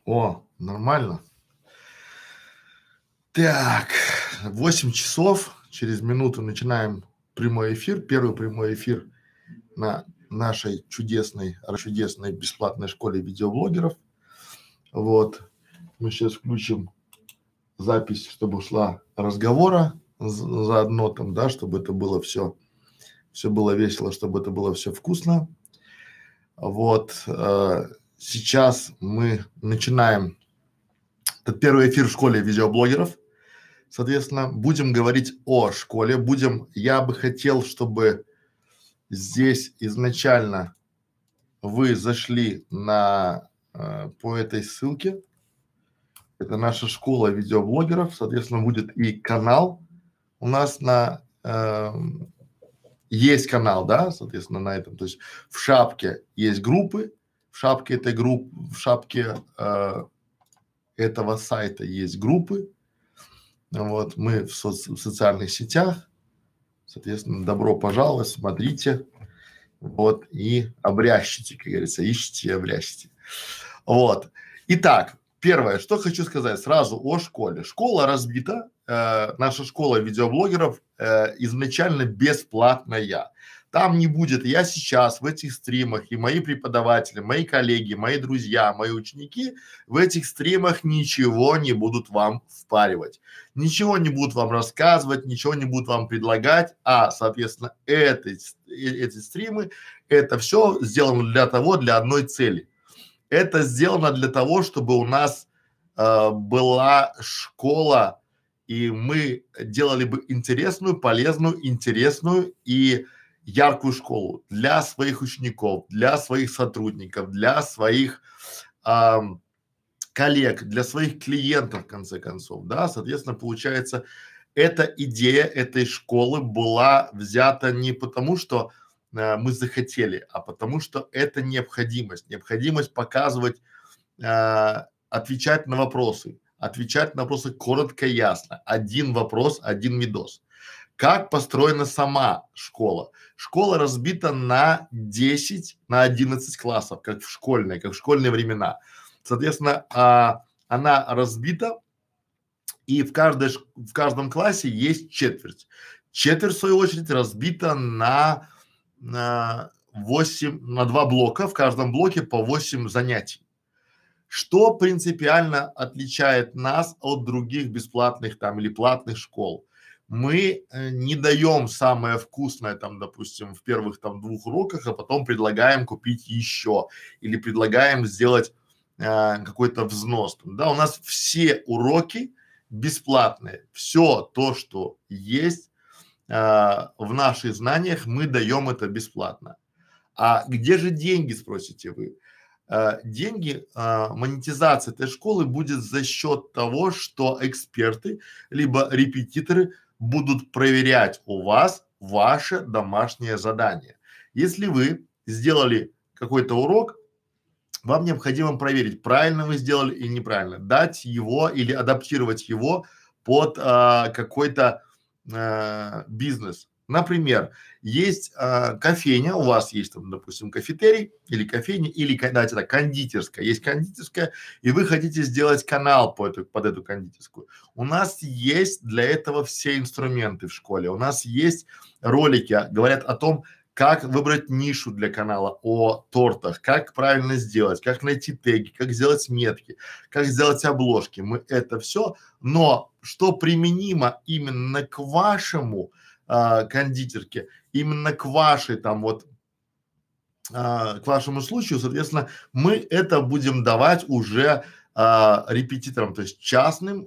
О, нормально. Так, 8 часов, через минуту начинаем прямой эфир, первый прямой эфир на нашей чудесной бесплатной школе видеоблогеров. Вот, мы сейчас включим запись, чтобы шла разговора заодно там, да, чтобы это было все было весело, чтобы это было все вкусно. Вот, сейчас мы начинаем этот первый эфир в школе видеоблогеров. Соответственно, будем говорить о школе, я бы хотел, чтобы здесь изначально вы зашли по этой ссылке. Это наша школа видеоблогеров, соответственно, будет и канал у нас есть канал, да, соответственно, на этом, то есть в шапке есть группы, в шапке этого сайта есть группы, вот, мы в социальных сетях, соответственно, добро пожаловать, смотрите, вот, и обрящите, как говорится, ищите и обрящите. Вот. Итак, первое, что хочу сказать сразу о школе. Школа разбита, наша школа видеоблогеров изначально бесплатная. Там не будет, я сейчас в этих стримах и мои преподаватели, мои коллеги, мои друзья, мои ученики в этих стримах ничего не будут вам впаривать, ничего не будут вам рассказывать, ничего не будут вам предлагать, соответственно, эти стримы, это все сделано для одной цели. Это сделано для того, чтобы у нас была школа, и мы делали бы интересную и яркую школу для своих учеников, для своих сотрудников, для своих коллег, для своих клиентов, в конце концов, да, соответственно, получается, эта идея этой школы была взята не потому, что мы захотели, а потому что это необходимость показывать, отвечать на вопросы коротко, ясно, один вопрос, один видос. Как построена сама школа? Школа разбита на 11 классов, как в школьные времена. Соответственно, она разбита, и в каждом классе есть четверть. Четверть, в свою очередь, разбита на 2 блока, в каждом блоке по 8 занятий. Что принципиально отличает нас от других бесплатных там или платных школ? Мы не даем самое вкусное там, допустим, в первых там 2 уроках, а потом предлагаем купить еще или предлагаем сделать какой-то взнос. Да, у нас все уроки бесплатные, все то, что есть в наших знаниях, мы даем это бесплатно. А где же деньги, спросите вы? Деньги, монетизация этой школы будет за счет того, что эксперты либо репетиторы будут проверять у вас ваше домашнее задание. Если вы сделали какой-то урок, вам необходимо проверить, правильно вы сделали или неправильно, дать его или адаптировать его под какой-то бизнес. Например, есть кофейня, у вас есть там, допустим, кафетерий или кофейня, или давайте так, кондитерская, есть кондитерская, и вы хотите сделать канал под эту кондитерскую. У нас есть для этого все инструменты в школе, у нас есть ролики, говорят о том, как выбрать нишу для канала о тортах, как правильно сделать, как найти теги, как сделать метки, как сделать обложки. Мы это все, но что применимо именно к вашему кондитерке, именно к вашей там вот к вашему случаю, соответственно, мы это будем давать уже репетиторам, то есть частным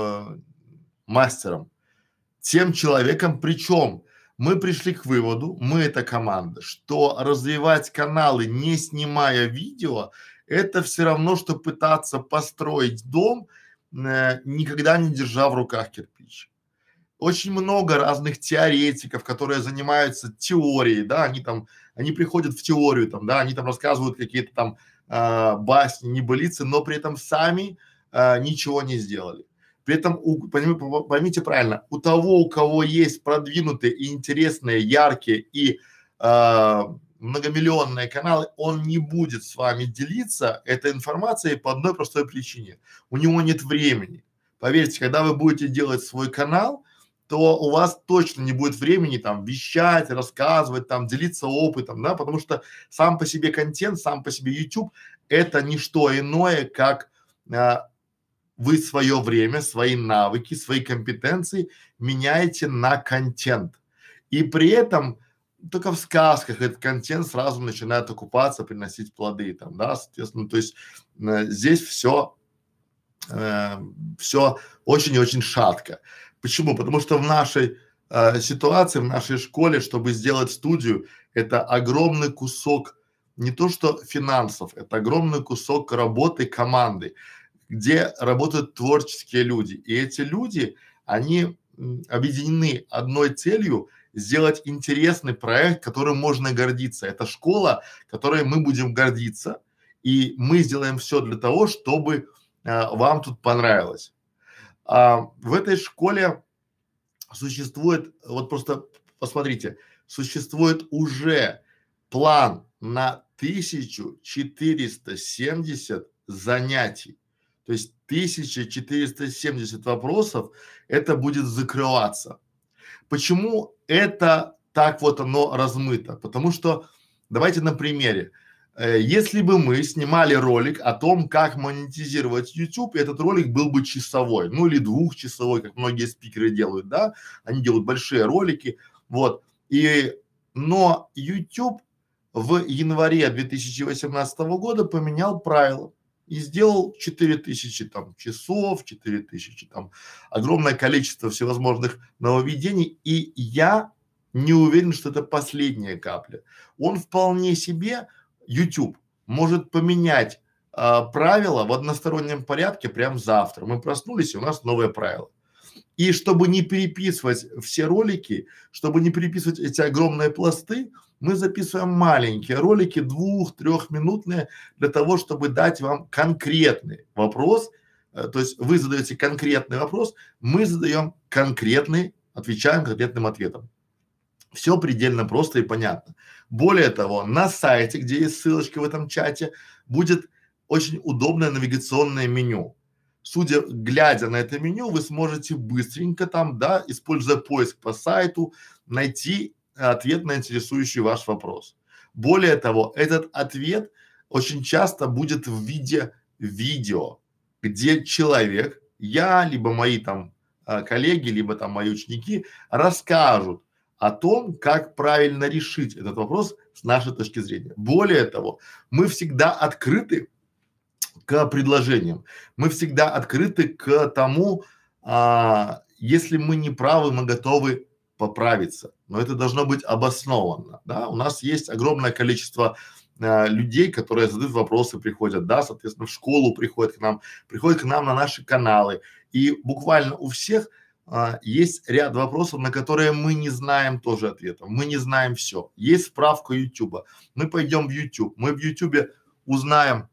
мастерам, тем человеком, причем мы пришли к выводу, мы это команда, что развивать каналы, не снимая видео, это все равно, что пытаться построить дом, никогда не держа в руках кирпич. Очень много разных теоретиков, которые занимаются теорией, да, они приходят в теорию там, да, они там рассказывают какие-то там басни, небылицы, но при этом сами ничего не сделали. При этом, поймите правильно, у кого есть продвинутые и интересные, яркие и многомиллионные каналы, он не будет с вами делиться этой информацией по одной простой причине. У него нет времени. Поверьте, когда вы будете делать свой канал, то у вас точно не будет времени там вещать, рассказывать, там делиться опытом, да, потому что сам по себе контент, сам по себе YouTube это не что иное, как вы свое время, свои навыки, свои компетенции меняете на контент. И при этом только в сказках этот контент сразу начинает окупаться, приносить плоды там, да, соответственно, то есть здесь все очень и очень шатко. Почему? Потому что в нашей ситуации, в нашей школе, чтобы сделать студию, это огромный кусок не то что финансов, это огромный кусок работы команды, где работают творческие люди. И эти люди, они объединены одной целью сделать интересный проект, которым можно гордиться. Это школа, которой мы будем гордиться, и мы сделаем все для того, чтобы вам тут понравилось. В этой школе существует, вот просто посмотрите, существует уже план на 1470 занятий. То есть 1470 вопросов это будет закрываться. Почему это так вот оно размыто? Потому что давайте на примере. Если бы мы снимали ролик о том, как монетизировать YouTube, этот ролик был бы часовой, ну или двухчасовой, как многие спикеры делают, да, они делают большие ролики, вот. Но YouTube в январе 2018 года поменял правила и сделал 4000 там часов, 4000 там огромное количество всевозможных нововведений, и я не уверен, что это последняя капля. Он вполне себе YouTube может поменять правила в одностороннем порядке прямо завтра. Мы проснулись, и у нас новое правило. И чтобы не переписывать все ролики, чтобы не переписывать эти огромные пласты, мы записываем маленькие ролики, 2-3-минутные, для того, чтобы дать вам конкретный вопрос. То есть вы задаете конкретный вопрос, мы задаем конкретный, отвечаем конкретным ответом. Все предельно просто и понятно. Более того, на сайте, где есть ссылочка в этом чате, будет очень удобное навигационное меню. Судя, глядя на это меню, вы сможете быстренько там, да, используя поиск по сайту, найти ответ на интересующий ваш вопрос. Более того, этот ответ очень часто будет в виде видео, где человек, я, либо мои там коллеги, либо там мои ученики расскажут о том, как правильно решить этот вопрос с нашей точки зрения. Более того, мы всегда открыты к предложениям, мы всегда открыты к тому, если мы не правы, мы готовы поправиться, но это должно быть обоснованно, да. У нас есть огромное количество людей, которые задают вопросы, приходят, да, соответственно, в школу приходят к нам на наши каналы, и буквально у всех есть ряд вопросов, на которые мы не знаем тоже ответов, мы не знаем все. Есть справка Ютуба, мы пойдем в YouTube, мы в Ютубе узнаем,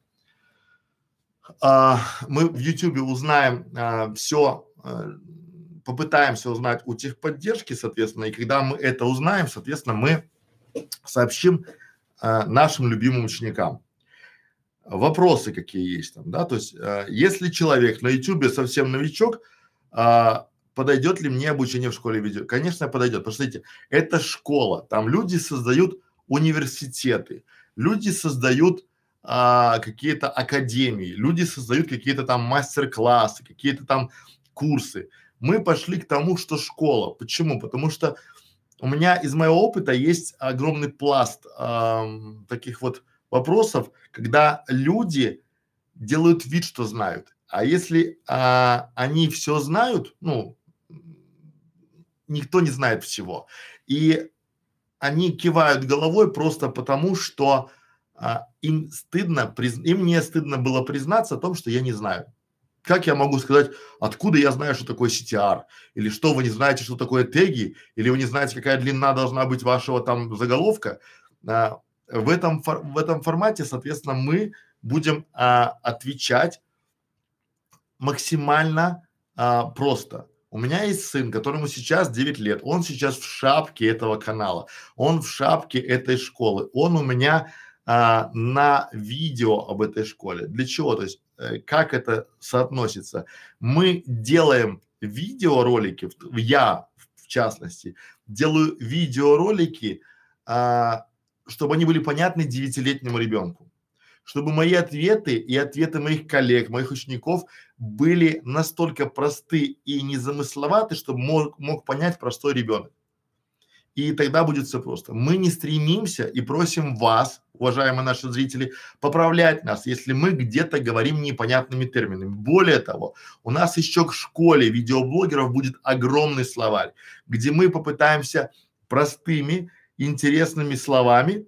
все, попытаемся узнать у техподдержки, соответственно, и когда мы это узнаем, соответственно, мы сообщим нашим любимым ученикам. Вопросы какие есть там, да, то есть если человек на Ютубе совсем новичок, подойдет ли мне обучение в школе видео? Конечно, подойдет, потому что, смотрите, это школа, там люди создают университеты, люди создают какие-то академии, люди создают какие-то там мастер-классы, какие-то там курсы. Мы пошли к тому, что школа. Почему? Потому что у меня из моего опыта есть огромный пласт таких вот вопросов, когда люди делают вид, что знают. А если они все знают, ну, никто не знает всего. И они кивают головой просто потому, что им не стыдно было признаться о том, что я не знаю. Как я могу сказать, откуда я знаю, что такое CTR? Или что вы не знаете, что такое теги? Или вы не знаете, какая длина должна быть вашего там заголовка? В этом формате, соответственно, мы будем отвечать максимально просто. У меня есть сын, которому сейчас 9 лет, он сейчас в шапке этого канала, он в шапке этой школы, он у меня на видео об этой школе. Для чего? То есть как это соотносится? Мы делаем видеоролики, я в частности делаю видеоролики, чтобы они были понятны 9-летнему ребенку, чтобы мои ответы и ответы моих коллег, моих учеников были настолько просты и незамысловаты, чтобы мог понять простой ребенок. И тогда будет все просто. Мы не стремимся и просим вас, уважаемые наши зрители, поправлять нас, если мы где-то говорим непонятными терминами. Более того, у нас еще к школе видеоблогеров будет огромный словарь, где мы попытаемся простыми, интересными словами,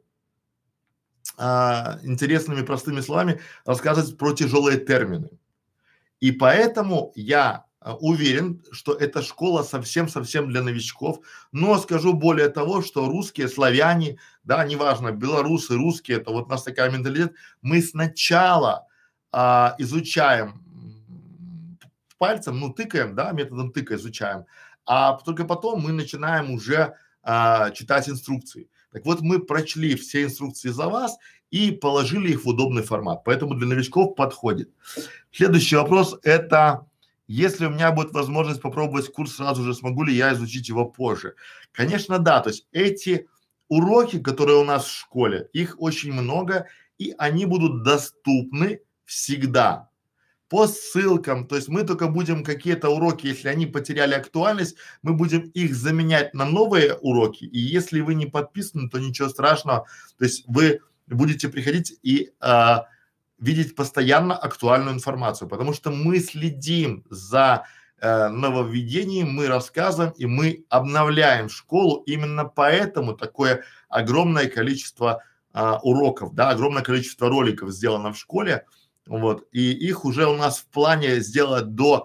интересными простыми словами рассказывать про тяжелые термины. И поэтому я уверен, что эта школа совсем для новичков. Но скажу более того, что русские, славяне, да, неважно, белорусы, русские, это вот у нас такая менталитет, мы сначала изучаем пальцем, ну тыкаем, да, методом тыка изучаем, а только потом мы начинаем уже читать инструкции. Так вот, мы прочли все инструкции за вас и положили их в удобный формат, поэтому для новичков подходит. Следующий вопрос – это если у меня будет возможность попробовать курс сразу же, смогу ли я изучить его позже? Конечно, да. То есть эти уроки, которые у нас в школе, их очень много, и они будут доступны всегда по ссылкам. То есть мы только будем какие-то уроки, если они потеряли актуальность, мы будем их заменять на новые уроки. И если вы не подписаны, то ничего страшного. То есть вы будете приходить и видеть постоянно актуальную информацию, потому что мы следим за нововведением, мы рассказываем и мы обновляем школу. Именно поэтому такое огромное количество уроков, да, огромное количество роликов сделано в школе, вот, и их уже у нас в плане сделать до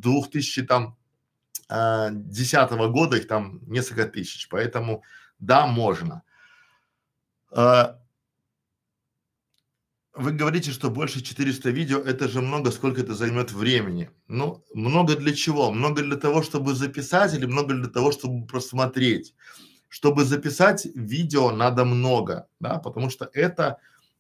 2010 года, их там несколько тысяч, поэтому да, можно. Вы говорите, что больше 400 видео, это же много, сколько это займет времени? Ну, много для чего? Много для того, чтобы записать или много для того, чтобы просмотреть? Чтобы записать видео надо много, да, потому что это,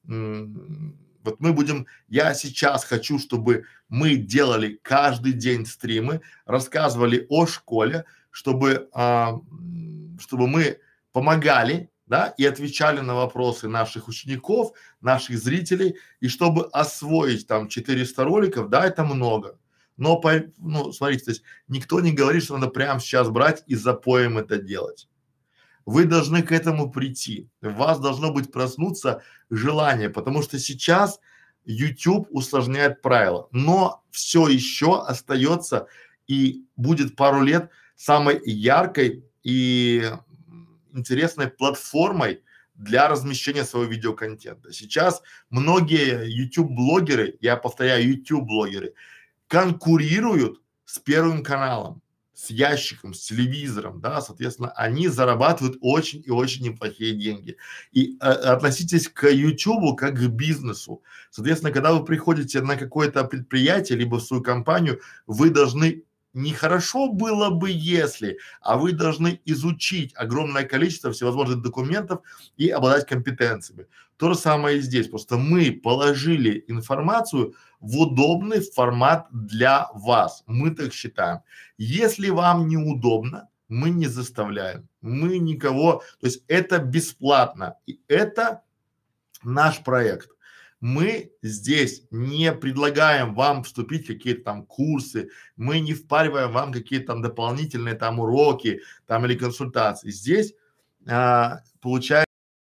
вот мы будем, я сейчас хочу, чтобы мы делали каждый день стримы, рассказывали о школе, чтобы, чтобы мы помогали, да, и отвечали на вопросы наших учеников, наших зрителей, и чтобы освоить там 400 роликов, да, это много. Но, ну, смотрите, то есть никто не говорит, что надо прямо сейчас брать и запоем это делать. Вы должны к этому прийти. У вас должно быть проснуться желание, потому что сейчас YouTube усложняет правила, но все еще остается и будет пару лет самой яркой и интересной платформой для размещения своего видеоконтента. Сейчас многие YouTube-блогеры, я повторяю, YouTube-блогеры, конкурируют с Первым каналом, с ящиком, с телевизором, да, соответственно, они зарабатывают очень и очень неплохие деньги. И относитесь к YouTube как к бизнесу. Соответственно, когда вы приходите на какое-то предприятие, либо в свою компанию, вы должны не хорошо было бы, если, а вы должны изучить огромное количество всевозможных документов и обладать компетенциями. То же самое и здесь. Просто мы положили информацию в удобный формат для вас. Мы так считаем. Если вам неудобно, мы не заставляем. Мы никого, то есть это бесплатно. И это наш проект. Мы здесь не предлагаем вам вступить в какие-то там курсы, мы не впариваем вам какие-то там дополнительные там уроки там или консультации. Здесь получается,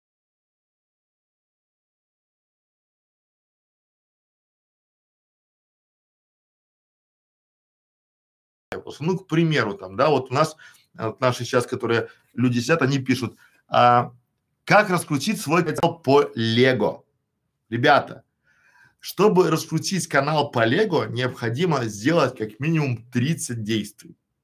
ну, к примеру, там, да, вот у нас наши сейчас, которые люди сидят, они пишут, как раскрутить свой канал по Лего. Ребята, чтобы раскрутить канал по Лего, необходимо сделать как минимум 30 действий.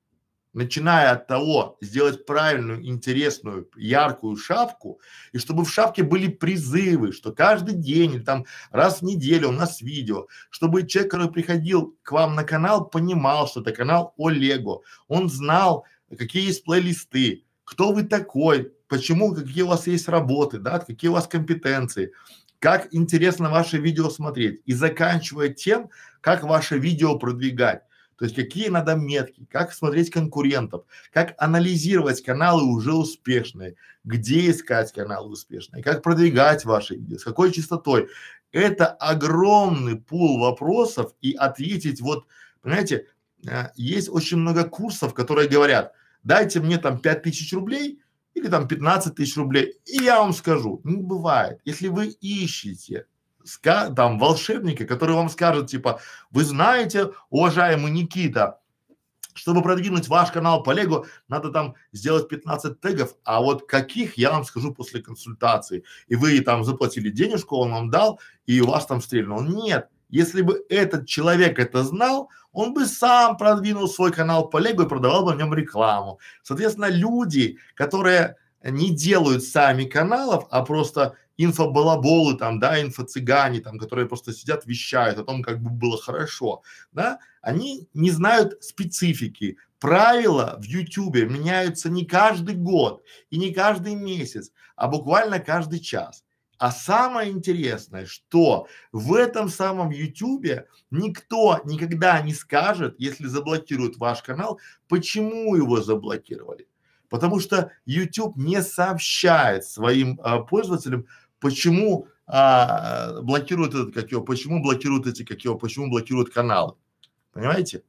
начиная от того, сделать правильную, интересную, яркую шапку, и чтобы в шапке были призывы, что каждый день или там раз в неделю у нас видео, чтобы человек, который приходил к вам на канал, понимал, что это канал о Лего, он знал, какие есть плейлисты, кто вы такой, почему, какие у вас есть работы, да, какие у вас компетенции, как интересно ваше видео смотреть, и заканчивая тем, как ваше видео продвигать. То есть какие надо метки, как смотреть конкурентов, как анализировать каналы уже успешные, где искать каналы успешные, как продвигать ваши видео, с какой частотой. Это огромный пул вопросов, и ответить вот, понимаете, есть очень много курсов, которые говорят, дайте мне там 5000 рублей или там 15 тысяч рублей, и я вам скажу. Не бывает. Если вы ищете там волшебника, который вам скажет типа, вы знаете, уважаемый Никита, чтобы продвинуть ваш канал по Лего, надо там сделать 15 тегов, а вот каких я вам скажу после консультации. И вы там заплатили денежку, он вам дал, и у вас там стрельнул. Нет, если бы этот человек это знал, он бы сам продвинул свой канал по Лего и продавал бы в нем рекламу. Соответственно, люди, которые не делают сами каналов, а просто инфобалаболы там, да, инфо-цыгане там, которые просто сидят, вещают о том, как бы было хорошо, да, они не знают специфики. Правила в Ютубе меняются не каждый год и не каждый месяц, а буквально каждый час. А самое интересное, что в этом самом Ютубе никто никогда не скажет, если заблокируют ваш канал, почему его заблокировали. Потому что YouTube не сообщает своим пользователям, почему блокируют этот, как его, почему блокируют эти, как его, почему блокируют каналы. Понимаете?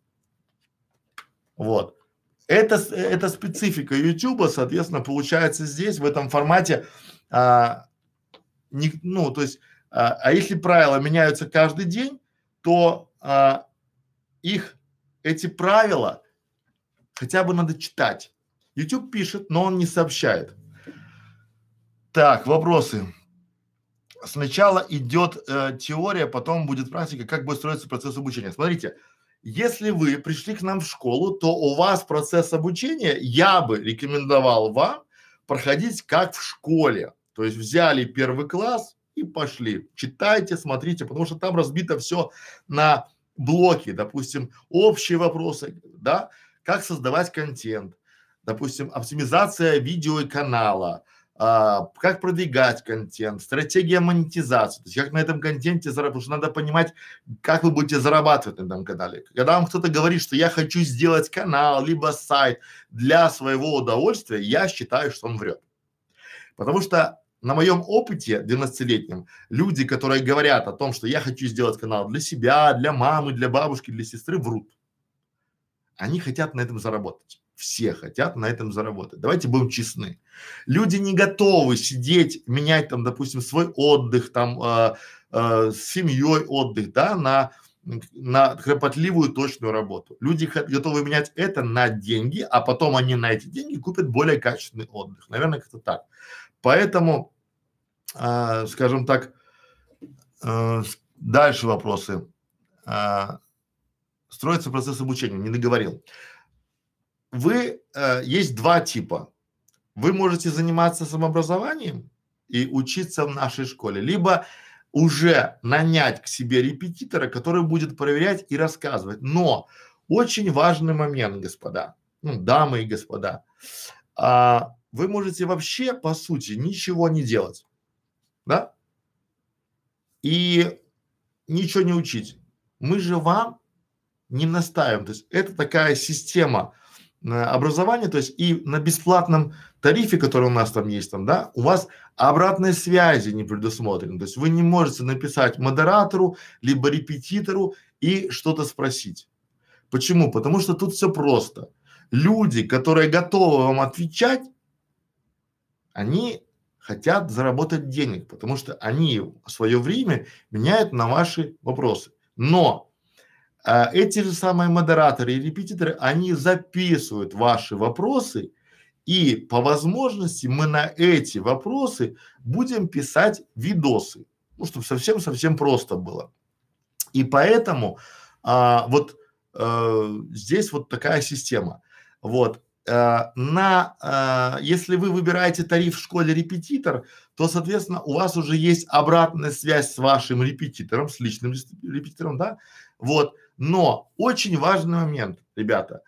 Вот. Это специфика Ютуба, соответственно, получается здесь, в этом формате, ну, то есть, а если правила меняются каждый день, то эти правила хотя бы надо читать. YouTube пишет, но он не сообщает. Так, вопросы. Сначала идет теория, потом будет практика, как будет строиться процесс обучения. Смотрите, если вы пришли к нам в школу, то у вас процесс обучения, я бы рекомендовал вам проходить как в школе. То есть взяли первый класс и пошли. Читайте, смотрите, потому что там разбито все на блоки, допустим, общие вопросы, да, как создавать контент, допустим, оптимизация видео и канала, как продвигать контент, стратегия монетизации, то есть как на этом контенте заработать, потому что надо понимать, как вы будете зарабатывать на этом канале. Когда вам кто-то говорит, что я хочу сделать канал, либо сайт для своего удовольствия, я считаю, что он врет. Потому что на моем опыте 12-летнем люди, которые говорят о том, что я хочу сделать канал для себя, для мамы, для бабушки, для сестры, врут. Они хотят на этом заработать. Все хотят на этом заработать. Давайте будем честны. Люди не готовы сидеть, менять там, допустим, свой отдых, там, с семьей отдых, да, на кропотливую точную работу. Люди готовы менять это на деньги, а потом они на эти деньги купят более качественный отдых. Наверное, как-то так. Поэтому, скажем так, дальше вопросы. Строится процесс обучения, не договорил. Есть два типа. Вы можете заниматься самообразованием и учиться в нашей школе, либо уже нанять к себе репетитора, который будет проверять и рассказывать. Но очень важный момент, господа, ну, дамы и господа, вы можете вообще, по сути, ничего не делать, да, и ничего не учить. Мы же вам не настаиваем, то есть это такая система образования, то есть и на бесплатном тарифе, который у нас там есть, там, да, у вас обратной связи не предусмотрено, то есть вы не можете написать модератору либо репетитору и что-то спросить. Почему? Потому что тут все просто. Люди, которые готовы вам отвечать, они хотят заработать денег, потому что они свое время меняют на ваши вопросы. Но эти же самые модераторы и репетиторы, они записывают ваши вопросы, и по возможности мы на эти вопросы будем писать видосы, ну, чтобы совсем просто было. И поэтому здесь вот такая система. Вот. Если вы выбираете тариф в школе репетитор, то, соответственно, у вас уже есть обратная связь с вашим репетитором, с личным репетитором, да, вот. Но очень важный момент, ребята,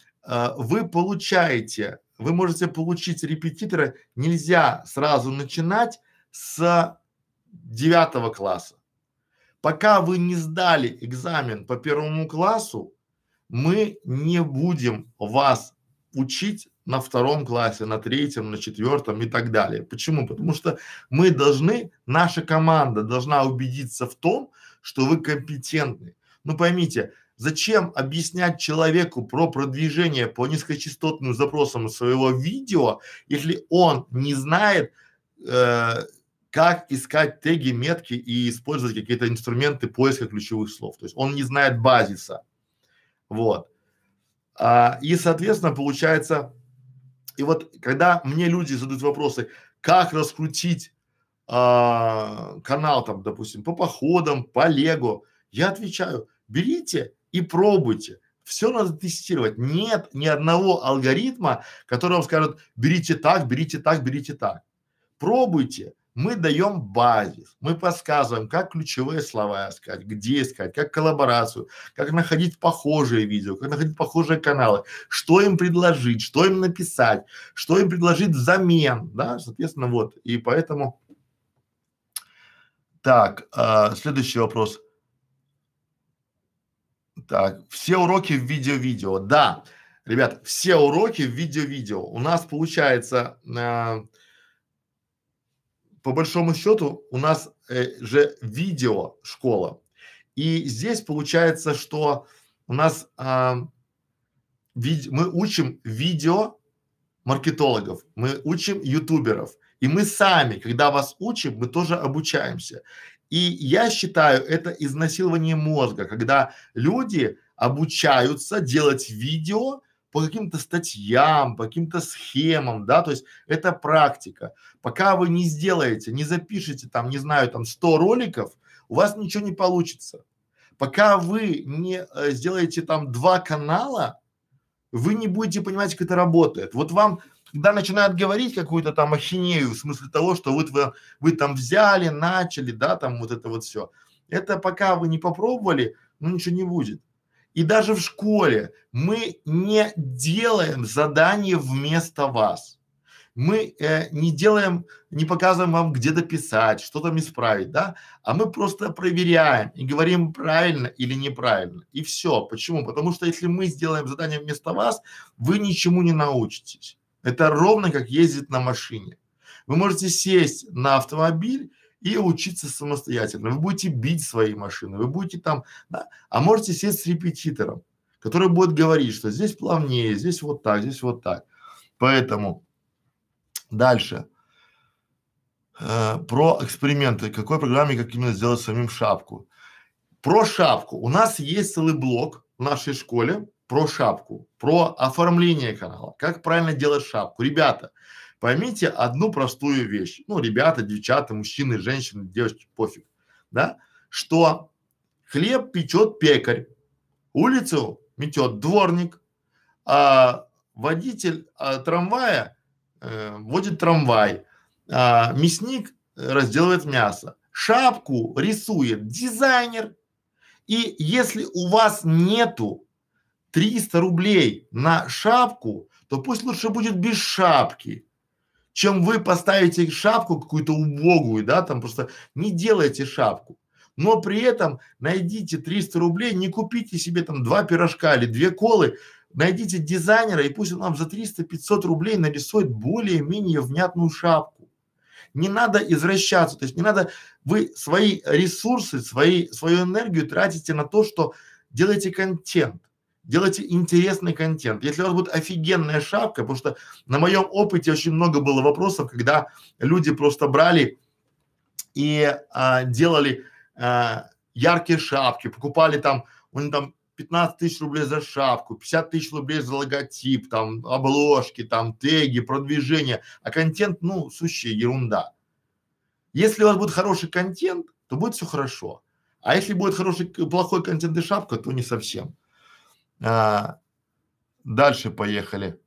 вы можете получить репетитора, нельзя сразу начинать с 9 класса. Пока вы не сдали экзамен по 1 классу, мы не будем вас учить на 2 классе, на 3, на 4 и так далее. Почему? Потому что наша команда должна убедиться в том, что вы компетентны. Ну поймите, зачем объяснять человеку про продвижение по низкочастотным запросам своего видео, если он не знает, как искать теги, метки и использовать какие-то инструменты поиска ключевых слов. То есть он не знает базиса. Вот. И, соответственно, получается, и вот когда мне люди задают вопросы, как раскрутить канал там, допустим, по походам, по Лего, я отвечаю, берите и пробуйте. Все надо тестировать. Нет ни одного алгоритма, который вам скажет, берите так, берите так, берите так. Пробуйте. Мы даем базис, мы подсказываем, как ключевые слова искать, где искать, как коллаборацию, как находить похожие видео, как находить похожие каналы, что им предложить, что им написать, что им предложить взамен, да, соответственно, вот. И поэтому, так, следующий вопрос. Так, все уроки в видео-видео, да, ребят, все уроки в видео-видео. У нас получается, по большому счету у нас же видео школа. И здесь получается, что у нас мы учим видео маркетологов, мы учим ютуберов. И мы сами, когда вас учим, мы тоже обучаемся. И я считаю, это изнасилование мозга, когда люди обучаются делать видео по каким-то статьям, по каким-то схемам, да, то есть это практика. Пока вы не сделаете, не запишете там, не знаю, там 100 роликов, у вас ничего не получится. Пока вы не сделаете там 2 канала, вы не будете понимать, как это работает. Вот вам, когда начинают говорить какую-то там ахинею, в смысле того, что вот вы там взяли, начали, да, там вот это вот все. Это пока вы не попробовали, ну ничего не будет. И даже в школе мы не делаем задание вместо вас. Мы не делаем, не показываем вам, где дописать, что там исправить, да, а мы просто проверяем и говорим правильно или неправильно. И все. Почему? Потому что если мы сделаем задание вместо вас, вы ничему не научитесь. Это ровно как ездить на машине. Вы можете сесть на автомобиль и учиться самостоятельно. Вы будете бить свои машины, вы будете там, да, а можете сесть с репетитором, который будет говорить, что здесь плавнее, здесь вот так, здесь вот так. Поэтому дальше. Про эксперименты. Какой программе, как именно сделать самим шапку? Про шапку. У нас есть целый блок в нашей школе про шапку, про оформление канала, как правильно делать шапку. Ребята, поймите одну простую вещь. Ну, ребята, девчата, мужчины, женщины, девочки, пофиг, да, что хлеб печет пекарь, улицу метет дворник, а водитель трамвая водит трамвай, мясник разделывает мясо, шапку рисует дизайнер. И если у вас нету 300 рублей на шапку, то пусть лучше будет без шапки, чем вы поставите шапку какую-то убогую, да, там просто не делайте шапку. Но при этом найдите 300 рублей, не купите себе там 2 пирожка или 2 колы, найдите дизайнера и пусть он вам за 300-500 рублей нарисует более-менее внятную шапку. Не надо извращаться, то есть не надо, вы свои ресурсы, свою энергию тратите на то, что делаете контент. Делайте интересный контент. Если у вас будет офигенная шапка, потому что на моем опыте очень много было вопросов, когда люди просто брали и делали яркие шапки, покупали там, у них там 15 тысяч рублей за шапку, 50 тысяч рублей за логотип, там обложки, там теги, продвижение, а контент, ну, сущая ерунда. Если у вас будет хороший контент, то будет все хорошо. А если будет плохой контент и шапка, то не совсем. Дальше поехали.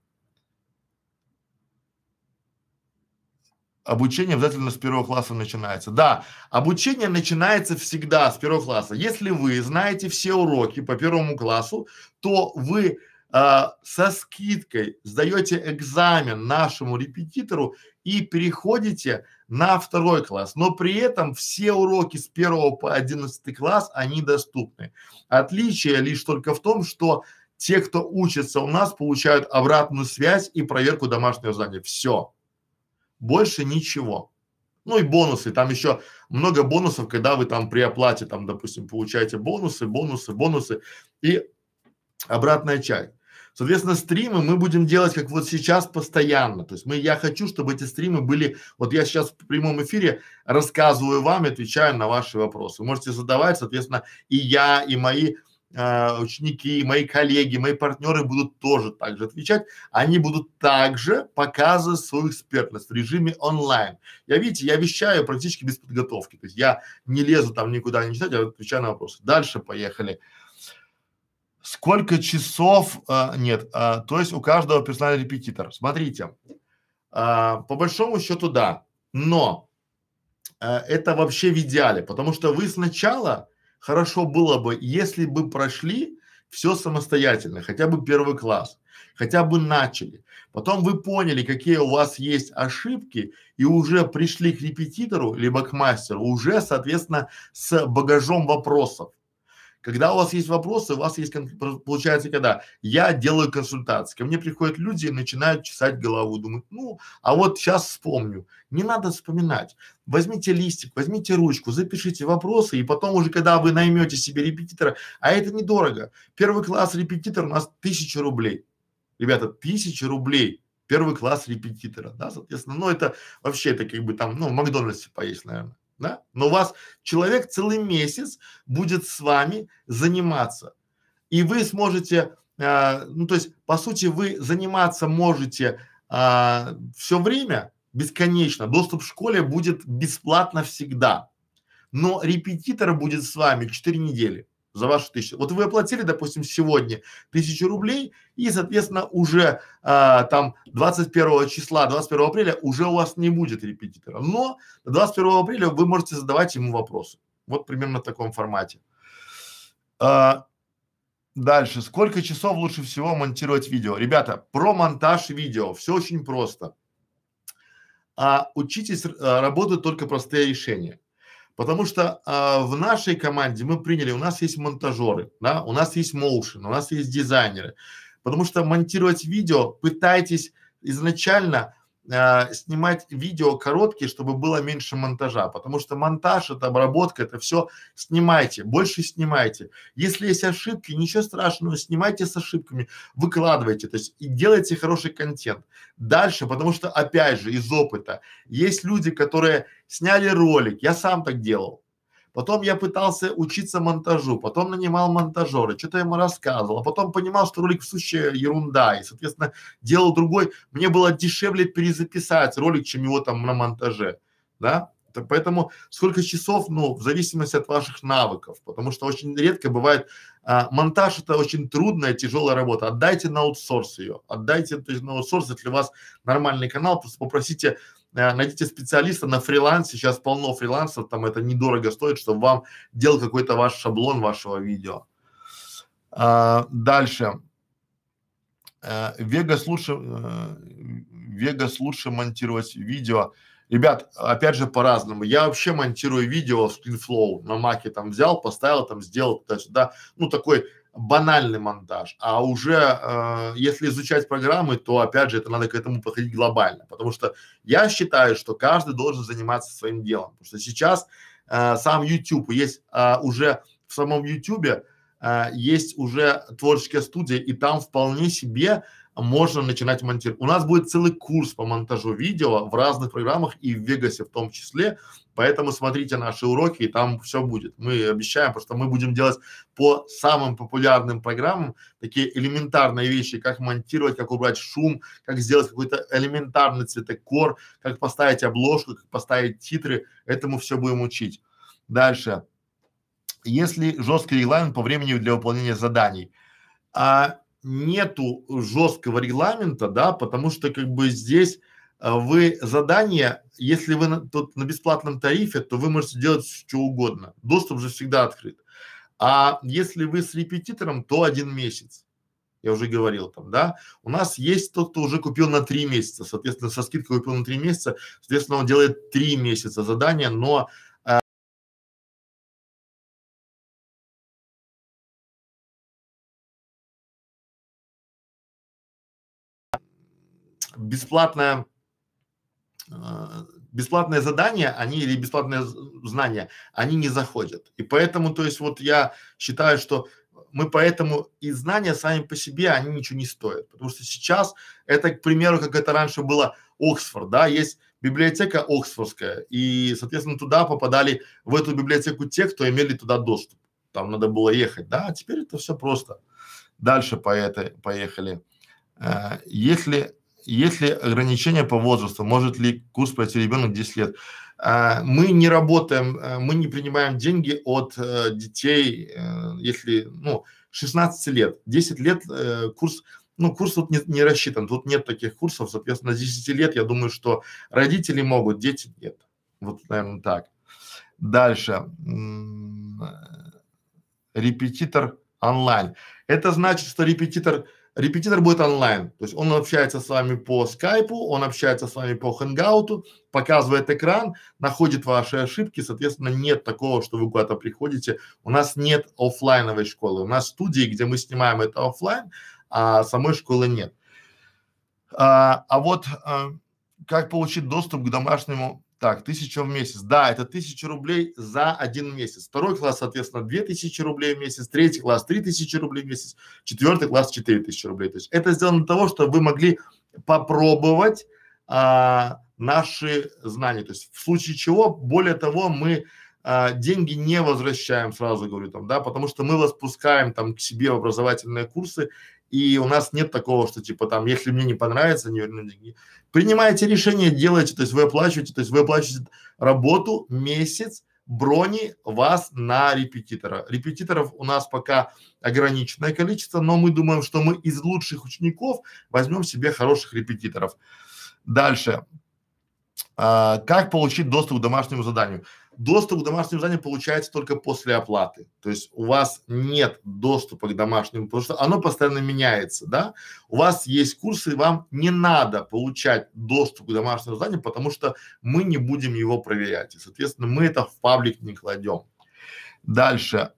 Обучение обязательно с первого класса начинается. Да, обучение начинается всегда с первого класса. Если вы знаете все уроки по первому классу, то вы со скидкой сдаете экзамен нашему репетитору и переходите на второй класс. Но при этом все уроки с 1 по 11 класс, они доступны. Отличие лишь только в том, что те, кто учится у нас, получают обратную связь и проверку домашнего задания. Все. Больше ничего. Ну и бонусы, там еще много бонусов, когда вы там при оплате, там, допустим, получаете бонусы и обратная часть. Соответственно, стримы мы будем делать, как вот сейчас, постоянно. То есть я хочу, чтобы эти стримы были, вот я сейчас в прямом эфире рассказываю вам и отвечаю на ваши вопросы. Вы можете задавать, соответственно, и я, и мои ученики, мои коллеги, мои партнеры будут тоже так же отвечать. Они будут также показывать свою экспертность в режиме онлайн. Видите, я вещаю практически без подготовки. То есть я не лезу там никуда не читать, я отвечаю на вопросы. Дальше поехали. Сколько часов, нет, то есть у каждого персональный репетитор. Смотрите, по большому счету да, но это вообще в идеале, потому что вы сначала хорошо было бы, если бы прошли все самостоятельно, хотя бы первый класс, хотя бы начали. Потом вы поняли, какие у вас есть ошибки, и уже пришли к репетитору, либо к мастеру, уже, соответственно, с багажом вопросов. Когда у вас есть вопросы, у вас есть, получается, когда я делаю консультации, ко мне приходят люди и начинают чесать голову, думают, ну, а вот сейчас вспомню. Не надо вспоминать. Возьмите листик, возьмите ручку, запишите вопросы, и потом уже, когда вы наймете себе репетитора, а это недорого. Первый класс репетитор у нас 1000 рублей. Ребята, 1000 рублей. Первый класс репетитора, да, соответственно, ну, это вообще, это как бы там, ну, в Макдональдсе поесть, наверное. Да? Но у вас человек целый месяц будет с вами заниматься, и вы сможете, ну то есть по сути вы заниматься можете все время бесконечно. Доступ в школе будет бесплатно всегда, но репетитор будет с вами 4 недели за ваши 1000. Вот вы оплатили, допустим, сегодня 1000 рублей, и, соответственно, уже там 21 числа, 21 апреля уже у вас не будет репетитора. Но 21 апреля вы можете задавать ему вопросы. Вот примерно в таком формате. Дальше. Сколько часов лучше всего монтировать видео? Ребята, про монтаж видео все очень просто. Учитесь работать только простые решения. Потому что в нашей команде мы приняли, у нас есть монтажеры, да, у нас есть моушен, у нас есть дизайнеры. Потому что монтировать видео, пытайтесь изначально снимать видео короткие, чтобы было меньше монтажа, потому что монтаж, это обработка, это все снимайте, больше снимайте. Если есть ошибки, ничего страшного, снимайте с ошибками, выкладывайте, то есть и делайте хороший контент. Дальше, потому что опять же из опыта есть люди, которые сняли ролик, я сам так делал. Потом я пытался учиться монтажу, потом нанимал монтажера, что-то ему рассказывал, а потом понимал, что ролик сущая ерунда, и, соответственно, делал другой. Мне было дешевле перезаписать ролик, чем его там на монтаже, да. Поэтому сколько часов, ну, в зависимости от ваших навыков, потому что очень редко бывает, монтаж это очень трудная, тяжелая работа. Отдайте на аутсорс ее, отдайте, то есть на аутсорс, если у вас нормальный канал, просто попросите, найдите специалиста на фрилансе, сейчас полно фрилансов, там это недорого стоит, чтобы вам делал какой-то ваш шаблон вашего видео. Дальше. Vegas лучше монтировать видео. Ребят, опять же по-разному. Я вообще монтирую видео в ScreenFlow на маке, там взял, поставил, там сделал туда-сюда, ну такой банальный монтаж. А уже если изучать программы, то опять же это надо к этому подходить глобально, потому что я считаю, что каждый должен заниматься своим делом, потому что сейчас сам YouTube есть уже в самом YouTube есть уже творческая студия, и там вполне себе можно начинать монтировать. У нас будет целый курс по монтажу видео в разных программах и в Вегасе в том числе, поэтому смотрите наши уроки, и там все будет. Мы обещаем, потому что мы будем делать по самым популярным программам такие элементарные вещи, как монтировать, как убрать шум, как сделать какой-то элементарный цветокор, как поставить обложку, как поставить титры, этому все будем учить. Дальше. Если жесткий регламент по времени для выполнения заданий, нету жесткого регламента, да, потому что как бы здесь вы задание, если вы тут на бесплатном тарифе, то вы можете делать что угодно. Доступ же всегда открыт. А если вы с репетитором, то 1 месяц. Я уже говорил там, да. У нас есть тот, кто уже купил на 3 месяца, соответственно, со скидкой купил на 3 месяца, соответственно, он делает 3 месяца задания, но бесплатная бесплатные задания, они или бесплатные знания, они не заходят. И поэтому, то есть вот я считаю, что мы поэтому и знания сами по себе, они ничего не стоят. Потому что сейчас это, к примеру, как это раньше было Оксфорд, да, есть библиотека Оксфордская, и, соответственно, туда попадали, в эту библиотеку те, кто имели туда доступ. Там надо было ехать, да, а теперь это все просто. Дальше поехали. Если ограничения по возрасту, может ли курс пройти ребенок 10 лет? Мы не работаем, мы не принимаем деньги от детей, если, ну, 16 лет, 10 лет курс, ну, курс тут не рассчитан, тут нет таких курсов, соответственно, с 10 лет, я думаю, что родители могут, дети нет. Вот, наверное, так. Дальше. Репетитор онлайн. Это значит, что репетитор будет онлайн. То есть он общается с вами по скайпу, он общается с вами по хэнгауту, показывает экран, находит ваши ошибки, соответственно, нет такого, что вы куда-то приходите. У нас нет оффлайновой школы. У нас студии, где мы снимаем это оффлайн, а самой школы нет. Как получить доступ к домашнему? Так, 1000 в месяц. Да, это 1000 рублей за 1 месяц. Второй класс, соответственно, 2000 рублей в месяц. Третий класс 3000 рублей в месяц. Четвертый класс 4000 рублей. То есть это сделано для того, чтобы вы могли попробовать наши знания. То есть в случае чего, более того, мы деньги не возвращаем, сразу говорю там, да, потому что мы вас пускаем там к себе в образовательные курсы, и у нас нет такого, что типа там, если мне не понравится, не верну деньги. Принимаете решение, делаете, то есть вы оплачиваете работу, месяц, брони вас на репетитора. Репетиторов у нас пока ограниченное количество, но мы думаем, что мы из лучших учеников возьмем себе хороших репетиторов. Дальше. Как получить доступ к домашнему заданию? Доступ к домашнему заданию получается только после оплаты. То есть у вас нет доступа к домашнему, потому что оно постоянно меняется, да? У вас есть курсы, вам не надо получать доступ к домашнему заданию, потому что мы не будем его проверять. И, соответственно, мы это в паблик не кладем. Дальше.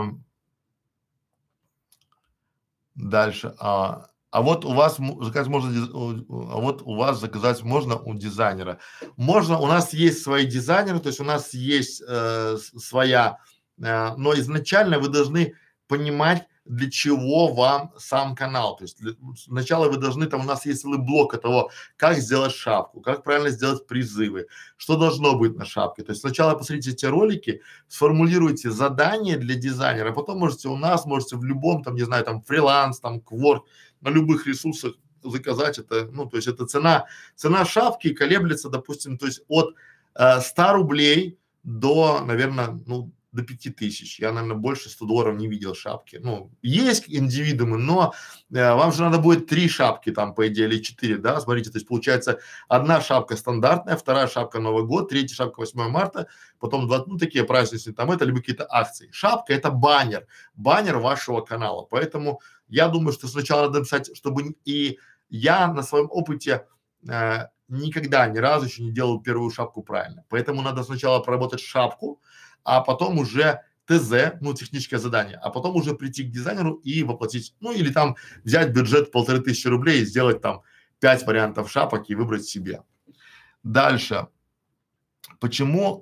Вот у вас заказать можно, а вот у вас заказать можно у дизайнера. Можно, у нас есть свои дизайнеры, то есть у нас есть своя, но изначально вы должны понимать, для чего вам сам канал. То есть сначала вы должны, там у нас есть целый блок того, как сделать шапку, как правильно сделать призывы, что должно быть на шапке. То есть сначала посмотрите эти ролики, сформулируйте задание для дизайнера, потом можете у нас, можете в любом там, не знаю, там фриланс, там Quark, на любых ресурсах заказать это, ну, то есть это цена шапки колеблется, допустим, то есть от 100 рублей до, наверное, ну, до 5000. Я, наверное, больше $100 не видел шапки. Ну, есть индивидуумы, но вам же надо будет 3 шапки там, по идее, или 4, да, смотрите, то есть получается одна шапка стандартная, вторая шапка Новый год, третья шапка 8 марта, потом два, ну, такие праздничные там это, либо какие-то акции. Шапка это баннер вашего канала, поэтому я думаю, что сначала надо написать, чтобы и я на своем опыте никогда ни разу еще не делал первую шапку правильно, поэтому надо сначала проработать шапку, а потом уже ТЗ, ну, техническое задание, а потом уже прийти к дизайнеру и воплотить, ну, или там взять бюджет 1500 рублей и сделать там 5 вариантов шапок и выбрать себе. Дальше. Почему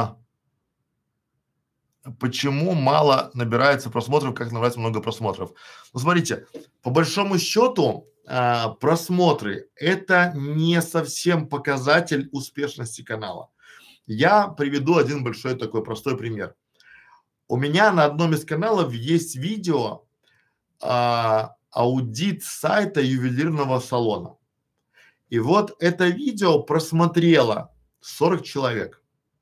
мало набирается просмотров, как набрать много просмотров? Ну, смотрите, по большому счету просмотры это не совсем показатель успешности канала. Я приведу один большой такой простой пример. У меня на одном из каналов есть видео аудит сайта ювелирного салона. И вот это видео просмотрело 40 человек.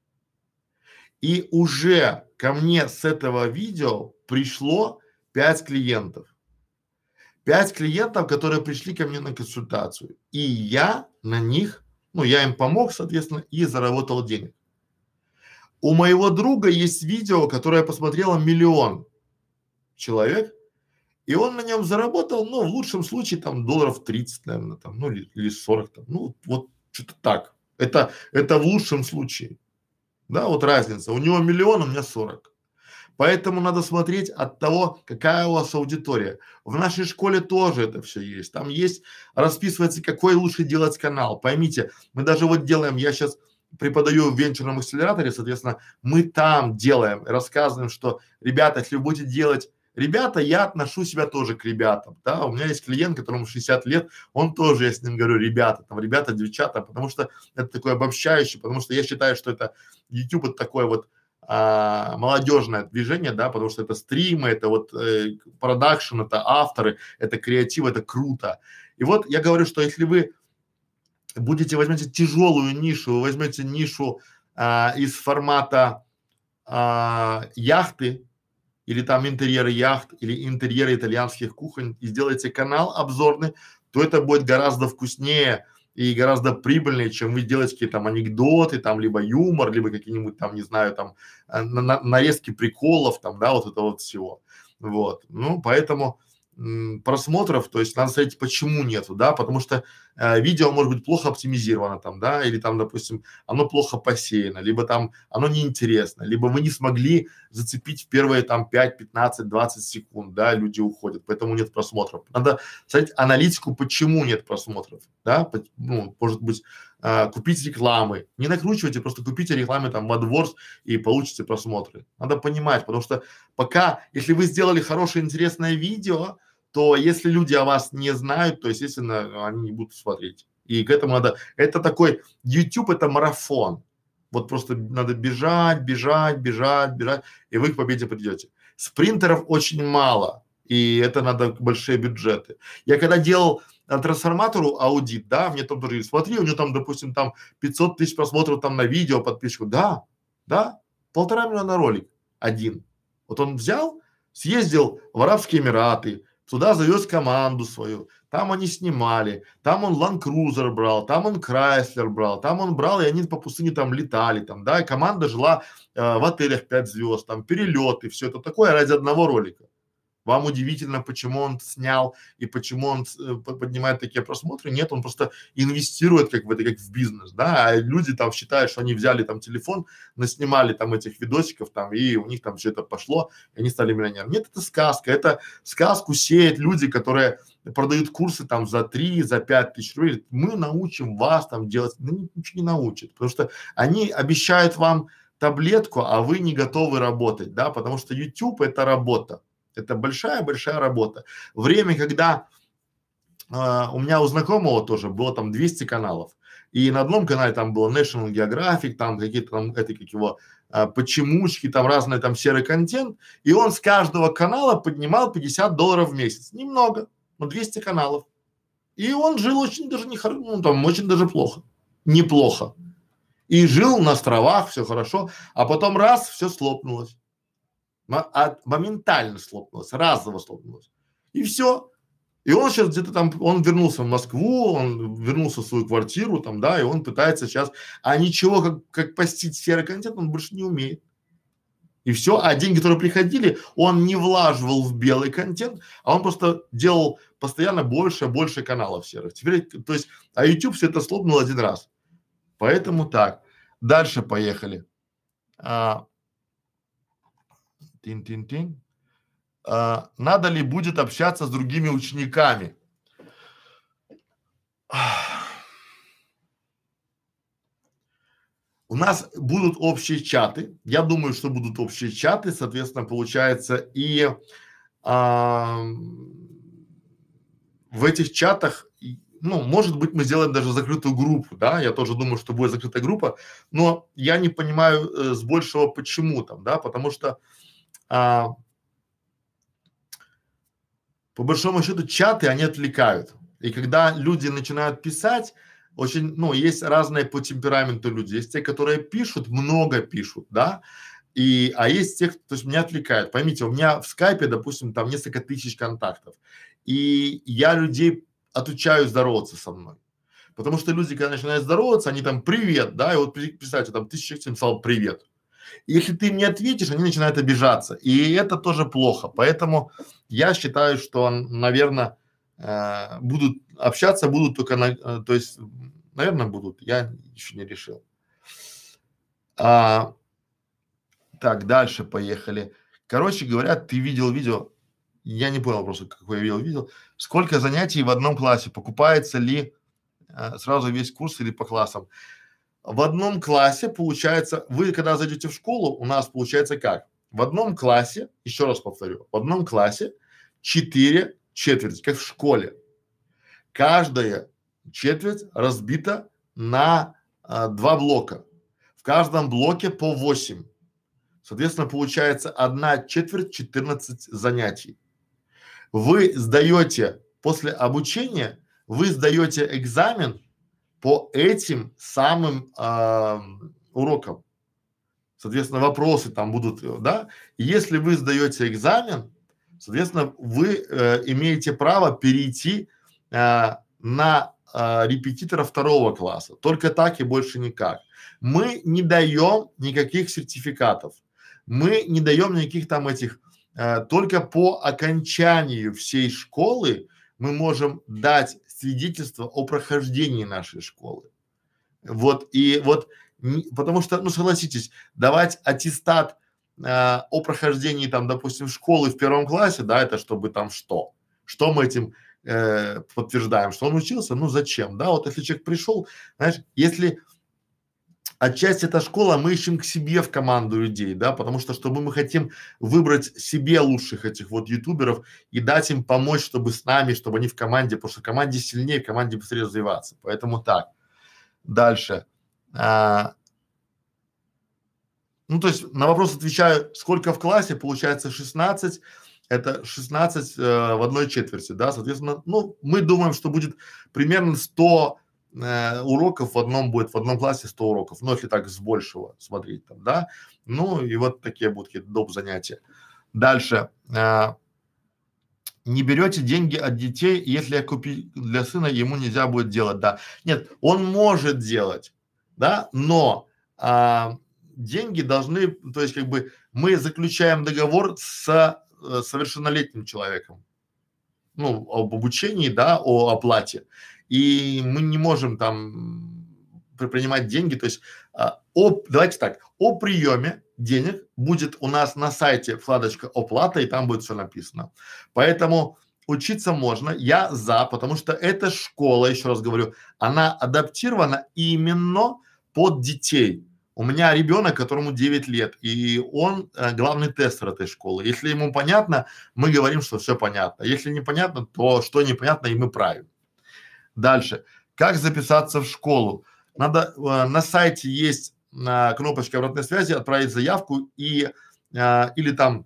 И уже ко мне с этого видео пришло 5 клиентов. 5 клиентов, которые пришли ко мне на консультацию, и я на них, ну, я им помог, соответственно, и заработал денег. У моего друга есть видео, которое посмотрело 1 000 000 человек, и он на нем заработал, ну, в лучшем случае, там, долларов 30, наверное, там, ну, или 40, там, ну, вот что-то так. Это в лучшем случае. Да, вот разница. У него 1 000 000, у меня 40. Поэтому надо смотреть от того, какая у вас аудитория. В нашей школе тоже это все есть. Там есть, расписывается, какой лучше делать канал. Поймите, мы даже вот делаем, я сейчас преподаю в венчурном акселераторе, соответственно, мы там делаем, рассказываем, что, ребята, если вы будете делать, ребята, я отношу себя тоже к ребятам, да, у меня есть клиент, которому 60 лет, он тоже, я с ним говорю, ребята, там, ребята, девчата, потому что это такое обобщающее, потому что я считаю, что это YouTube это такое вот молодежное движение, да, потому что это стримы, это вот продакшн, это авторы, это креатив, это круто. И вот я говорю, что если вы будете, возьмете тяжелую нишу, вы возьмете нишу из формата яхты или там интерьеры яхт или интерьеры итальянских кухонь и сделаете канал обзорный, то это будет гораздо вкуснее и гораздо прибыльнее, чем вы делаете какие-то там анекдоты, там либо юмор, либо какие-нибудь там, не знаю, там нарезки приколов, там, да, вот это вот всего. Вот, ну, поэтому просмотров, то есть надо смотреть, почему нету, да, потому что видео может быть плохо оптимизировано там, да, или там, допустим, оно плохо посеяно, либо там оно неинтересно, либо вы не смогли зацепить в первые там 5, 15, 20 секунд, да, люди уходят, поэтому нет просмотров. Надо смотреть аналитику, почему нет просмотров, да, ну, может быть, купить рекламы, не накручивайте, просто купите рекламы там в AdWords и получите просмотры. Надо понимать, потому что пока, если вы сделали хорошее, интересное видео, то если люди о вас не знают, то, естественно, они не будут смотреть. И к этому надо, это такой, YouTube это марафон. Вот просто надо бежать, бежать, бежать, бежать, и вы к победе придете. Спринтеров очень мало, и это надо большие бюджеты. Я когда делал трансформатору аудит, да, мне там тоже, смотри, у него там, допустим, там 500 тысяч просмотров там на видео, подписчиков, да, 1,5 миллиона ролик один. Вот он взял, съездил в Арабские Эмираты, туда завез команду свою, там они снимали, там он Land Cruiser брал, там он Chrysler брал, там он брал, и они по пустыне там летали, там, да, и команда жила в отелях 5 звезд, там перелеты, все это такое ради одного ролика. Вам удивительно, почему он снял и почему он поднимает такие просмотры? Нет, он просто инвестирует как в это, как в бизнес, да, а люди там считают, что они взяли там телефон, наснимали там этих видосиков там, и у них там все это пошло, и они стали миллионерами. Нет, это сказка, это сказку сеют люди, которые продают курсы там за 3, за 5 тысяч рублей. Мы научим вас там делать, ну, ничего не научат, потому что они обещают вам таблетку, а вы не готовы работать, да, потому что YouTube это работа. Это большая-большая работа. Время, когда у меня у знакомого тоже было там 200 каналов, и на одном канале там было National Geographic, там какие-то там, это как его, почемучки, там разный там серый контент, и он с каждого канала поднимал $50 в месяц. Немного, но 200 каналов. И он жил очень даже не хорошо, ну там очень даже плохо, неплохо. И жил на островах, все хорошо, а потом раз, все слопнулось. Моментально слопнулось, разово слопнулось. И все. И он сейчас где-то там, он вернулся в Москву, он вернулся в свою квартиру там, да, и он пытается сейчас, а ничего, как постить серый контент, он больше не умеет. И все, а деньги, которые приходили, он не влаживал в белый контент, а он просто делал постоянно больше каналов серых. Теперь, то есть, а YouTube все это слопнул один раз. Поэтому так. Дальше поехали. Тин-тин-тин. Надо ли будет общаться с другими учениками? У нас будут общие чаты. Я думаю, что будут общие чаты, соответственно, получается, и в этих чатах, ну, может быть, мы сделаем даже закрытую группу, да, я тоже думаю, что будет закрытая группа, но я не понимаю с большего почему там, да, потому что по большому счету чаты, они отвлекают. И когда люди начинают писать, очень, ну, есть разные по темпераменту люди. Есть те, которые пишут, много пишут, да, а есть те, то есть меня отвлекают. Поймите, у меня в скайпе, допустим, там несколько тысяч контактов. и я людей отучаю здороваться со мной. Потому что люди, когда начинают здороваться, они там привет, да, и вот представьте, там 1000 человек тебе написал привет. И если ты им не ответишь, они начинают обижаться. И это тоже плохо. Поэтому я считаю, что, наверное, будут общаться, будут только то есть, наверное, будут. Я еще не решил. Так, дальше поехали. Короче говоря, ты видел видео, я не понял просто, какое я видел. Сколько занятий в одном классе? Покупается ли сразу весь курс или по классам? В одном классе получается, вы когда зайдете в школу, у нас получается как? В одном классе, еще раз повторю, в одном классе 4 четверти, как в школе. Каждая четверть разбита на 2 блока. В каждом блоке по 8. Соответственно, получается 1 четверть 14 занятий. Вы сдаете после обучения, вы сдаете экзамен по этим самым урокам. Соответственно, вопросы там будут, да. И если вы сдаете экзамен, соответственно, вы имеете право перейти на репетитора 2 класса. Только так и больше никак. Мы не даем никаких сертификатов. Мы не даем никаких там этих, только по окончанию всей школы мы можем дать свидетельство о прохождении нашей школы. Вот, и вот, потому что, ну, согласитесь, давать аттестат о прохождении там, допустим, школы в 1 классе, да, это чтобы там что? Что мы этим подтверждаем? Что он учился? Ну, зачем? Да, вот если человек пришел, знаешь, если отчасти эта школа, мы ищем к себе в команду людей, да, потому что, чтобы мы хотим выбрать себе лучших этих вот ютуберов и дать им помочь, чтобы с нами, чтобы они в команде, потому что в команде сильнее, в команде быстрее развиваться. Поэтому так. Дальше. Ну, то есть на вопрос отвечаю, сколько в классе, получается 16, это 16 в 1 четверти, да, соответственно, ну, мы думаем, что будет примерно 100 уроков в одном классе 100 уроков, ну, если так с большего смотреть там, да, ну, и вот такие будут какие-то доп. Занятия. Дальше. Не берете деньги от детей, если я купил для сына, ему нельзя будет делать, да. Нет, он может делать, да, но деньги должны, то есть как бы мы заключаем договор с совершеннолетним человеком, ну, об обучении, да, о оплате, и мы не можем там принимать деньги, то есть давайте так, о приеме денег будет у нас на сайте вкладочка оплата, и там будет все написано. Поэтому учиться можно, я за, потому что эта школа, еще раз говорю, она адаптирована именно под детей. У меня ребенок, которому 9 лет, и он главный тестер этой школы. Если ему понятно, мы говорим, что все понятно. Если непонятно, то что непонятно, и мы правим. Дальше. Как записаться в школу? Надо, на сайте есть кнопочка обратной связи, отправить заявку и или там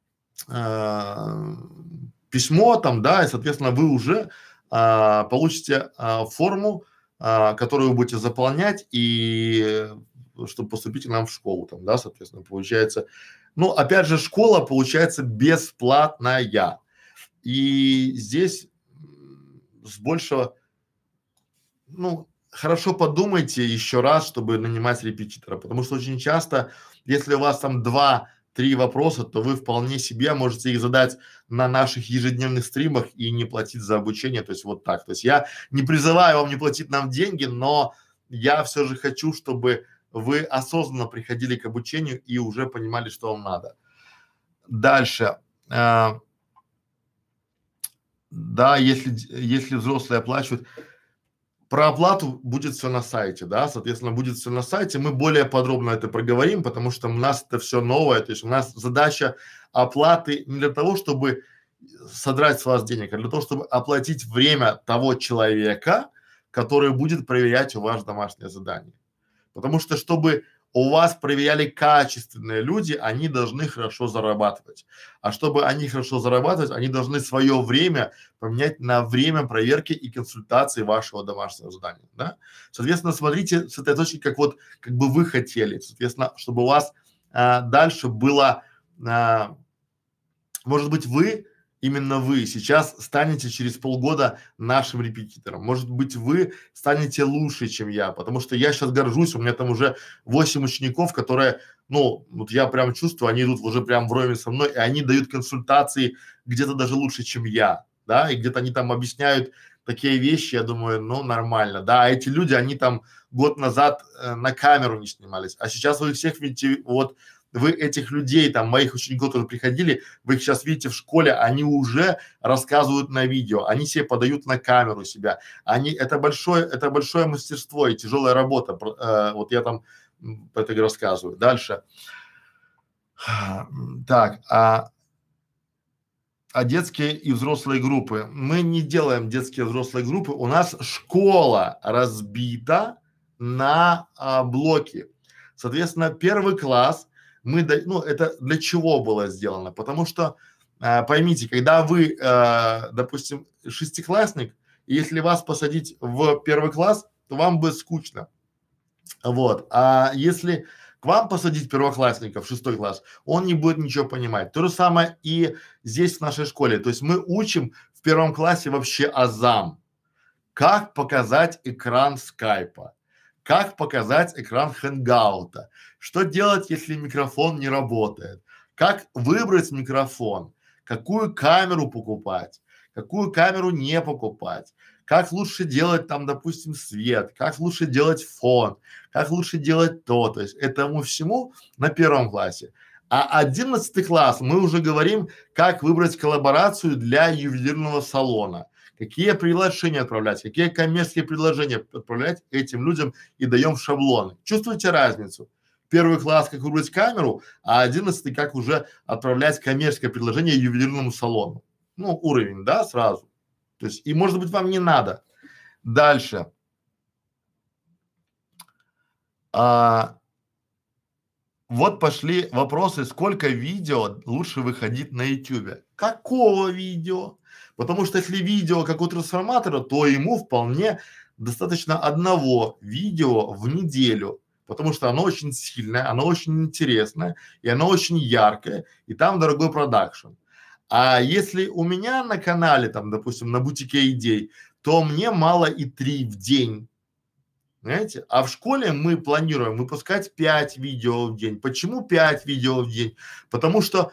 письмо там, да, и, соответственно, вы уже получите форму, которую вы будете заполнять, и чтобы поступить к нам в школу там, да, соответственно, получается. Ну, опять же, школа получается бесплатная. И здесь с большего, ну, хорошо подумайте еще раз, чтобы нанимать репетитора, потому что очень часто, если у вас там 2-3 вопроса, то вы вполне себе можете их задать на наших ежедневных стримах и не платить за обучение, то есть вот так. То есть я не призываю вам не платить нам деньги, но я все же хочу, чтобы вы осознанно приходили к обучению и уже понимали, что вам надо. Дальше. Да, если взрослые оплачивают, про оплату будет все на сайте, да, соответственно, будет все на сайте. Мы более подробно это проговорим, потому что у нас это все новое, то есть у нас задача оплаты не для того, чтобы содрать с вас денег, а для того, чтобы оплатить время того человека, который будет проверять у вас домашнее задание. Потому что, чтобы у вас проверяли качественные люди, они должны хорошо зарабатывать. А чтобы они хорошо зарабатывать, они должны свое время поменять на время проверки и консультации вашего домашнего задания, да. Соответственно, смотрите с этой точки, как вот, как бы вы хотели, соответственно, чтобы у вас дальше было, может быть, вы именно вы сейчас станете через полгода нашим репетитором. Может быть, вы станете лучше, чем я, потому что я сейчас горжусь, у меня там уже 8 учеников, которые, ну, вот я прям чувствую, они идут уже прям вровень со мной, и они дают консультации где-то даже лучше, чем я, да, и где-то они там объясняют такие вещи, я думаю, ну, нормально, да, а эти люди, они там год назад на камеру не снимались, а сейчас вы их всех видите, вот вы этих людей, там, моих учеников, которые приходили, вы их сейчас видите в школе, они уже рассказывают на видео, они себе подают на камеру себя, они, это большое мастерство и тяжелая работа, вот я там это рассказываю. Дальше. Так, детские и взрослые группы. Мы не делаем детские и взрослые группы, у нас школа разбита на блоки. Соответственно, первый класс ну, это для чего было сделано? Потому что, поймите, когда вы, допустим, шестиклассник, и если вас посадить в первый класс, то вам будет скучно. Вот. А если к вам посадить первоклассника в 6 класс, он не будет ничего понимать. То же самое и здесь в нашей школе. То есть мы учим в 1 классе вообще азам. Как показать экран скайпа, как показать экран хэнгаута, что делать, если микрофон не работает, как выбрать микрофон, какую камеру покупать, какую камеру не покупать, как лучше делать там, допустим, свет, как лучше делать фон, как лучше делать то. То есть этому всему на 1 классе. А 11 класс мы уже говорим, как выбрать коллаборацию для ювелирного салона, какие приглашения отправлять, какие коммерческие предложения отправлять этим людям и даем шаблоны. Чувствуете разницу? 1 класс как выбрать камеру, а 11 как уже отправлять коммерческое предложение ювелирному салону. Ну, уровень, да, сразу. То есть, и может быть вам не надо. Дальше. Вот пошли вопросы, сколько видео лучше выходить на ютубе. Какого видео? Потому что если видео как у трансформатора, то ему вполне достаточно одного видео в неделю, потому что оно очень сильное, оно очень интересное и оно очень яркое, и там дорогой продакшн. А если у меня на канале, там, допустим, на бутике идей, то мне мало и 3 в день. Понимаете? А в школе мы планируем выпускать 5 видео в день. Почему 5 видео в день? Потому что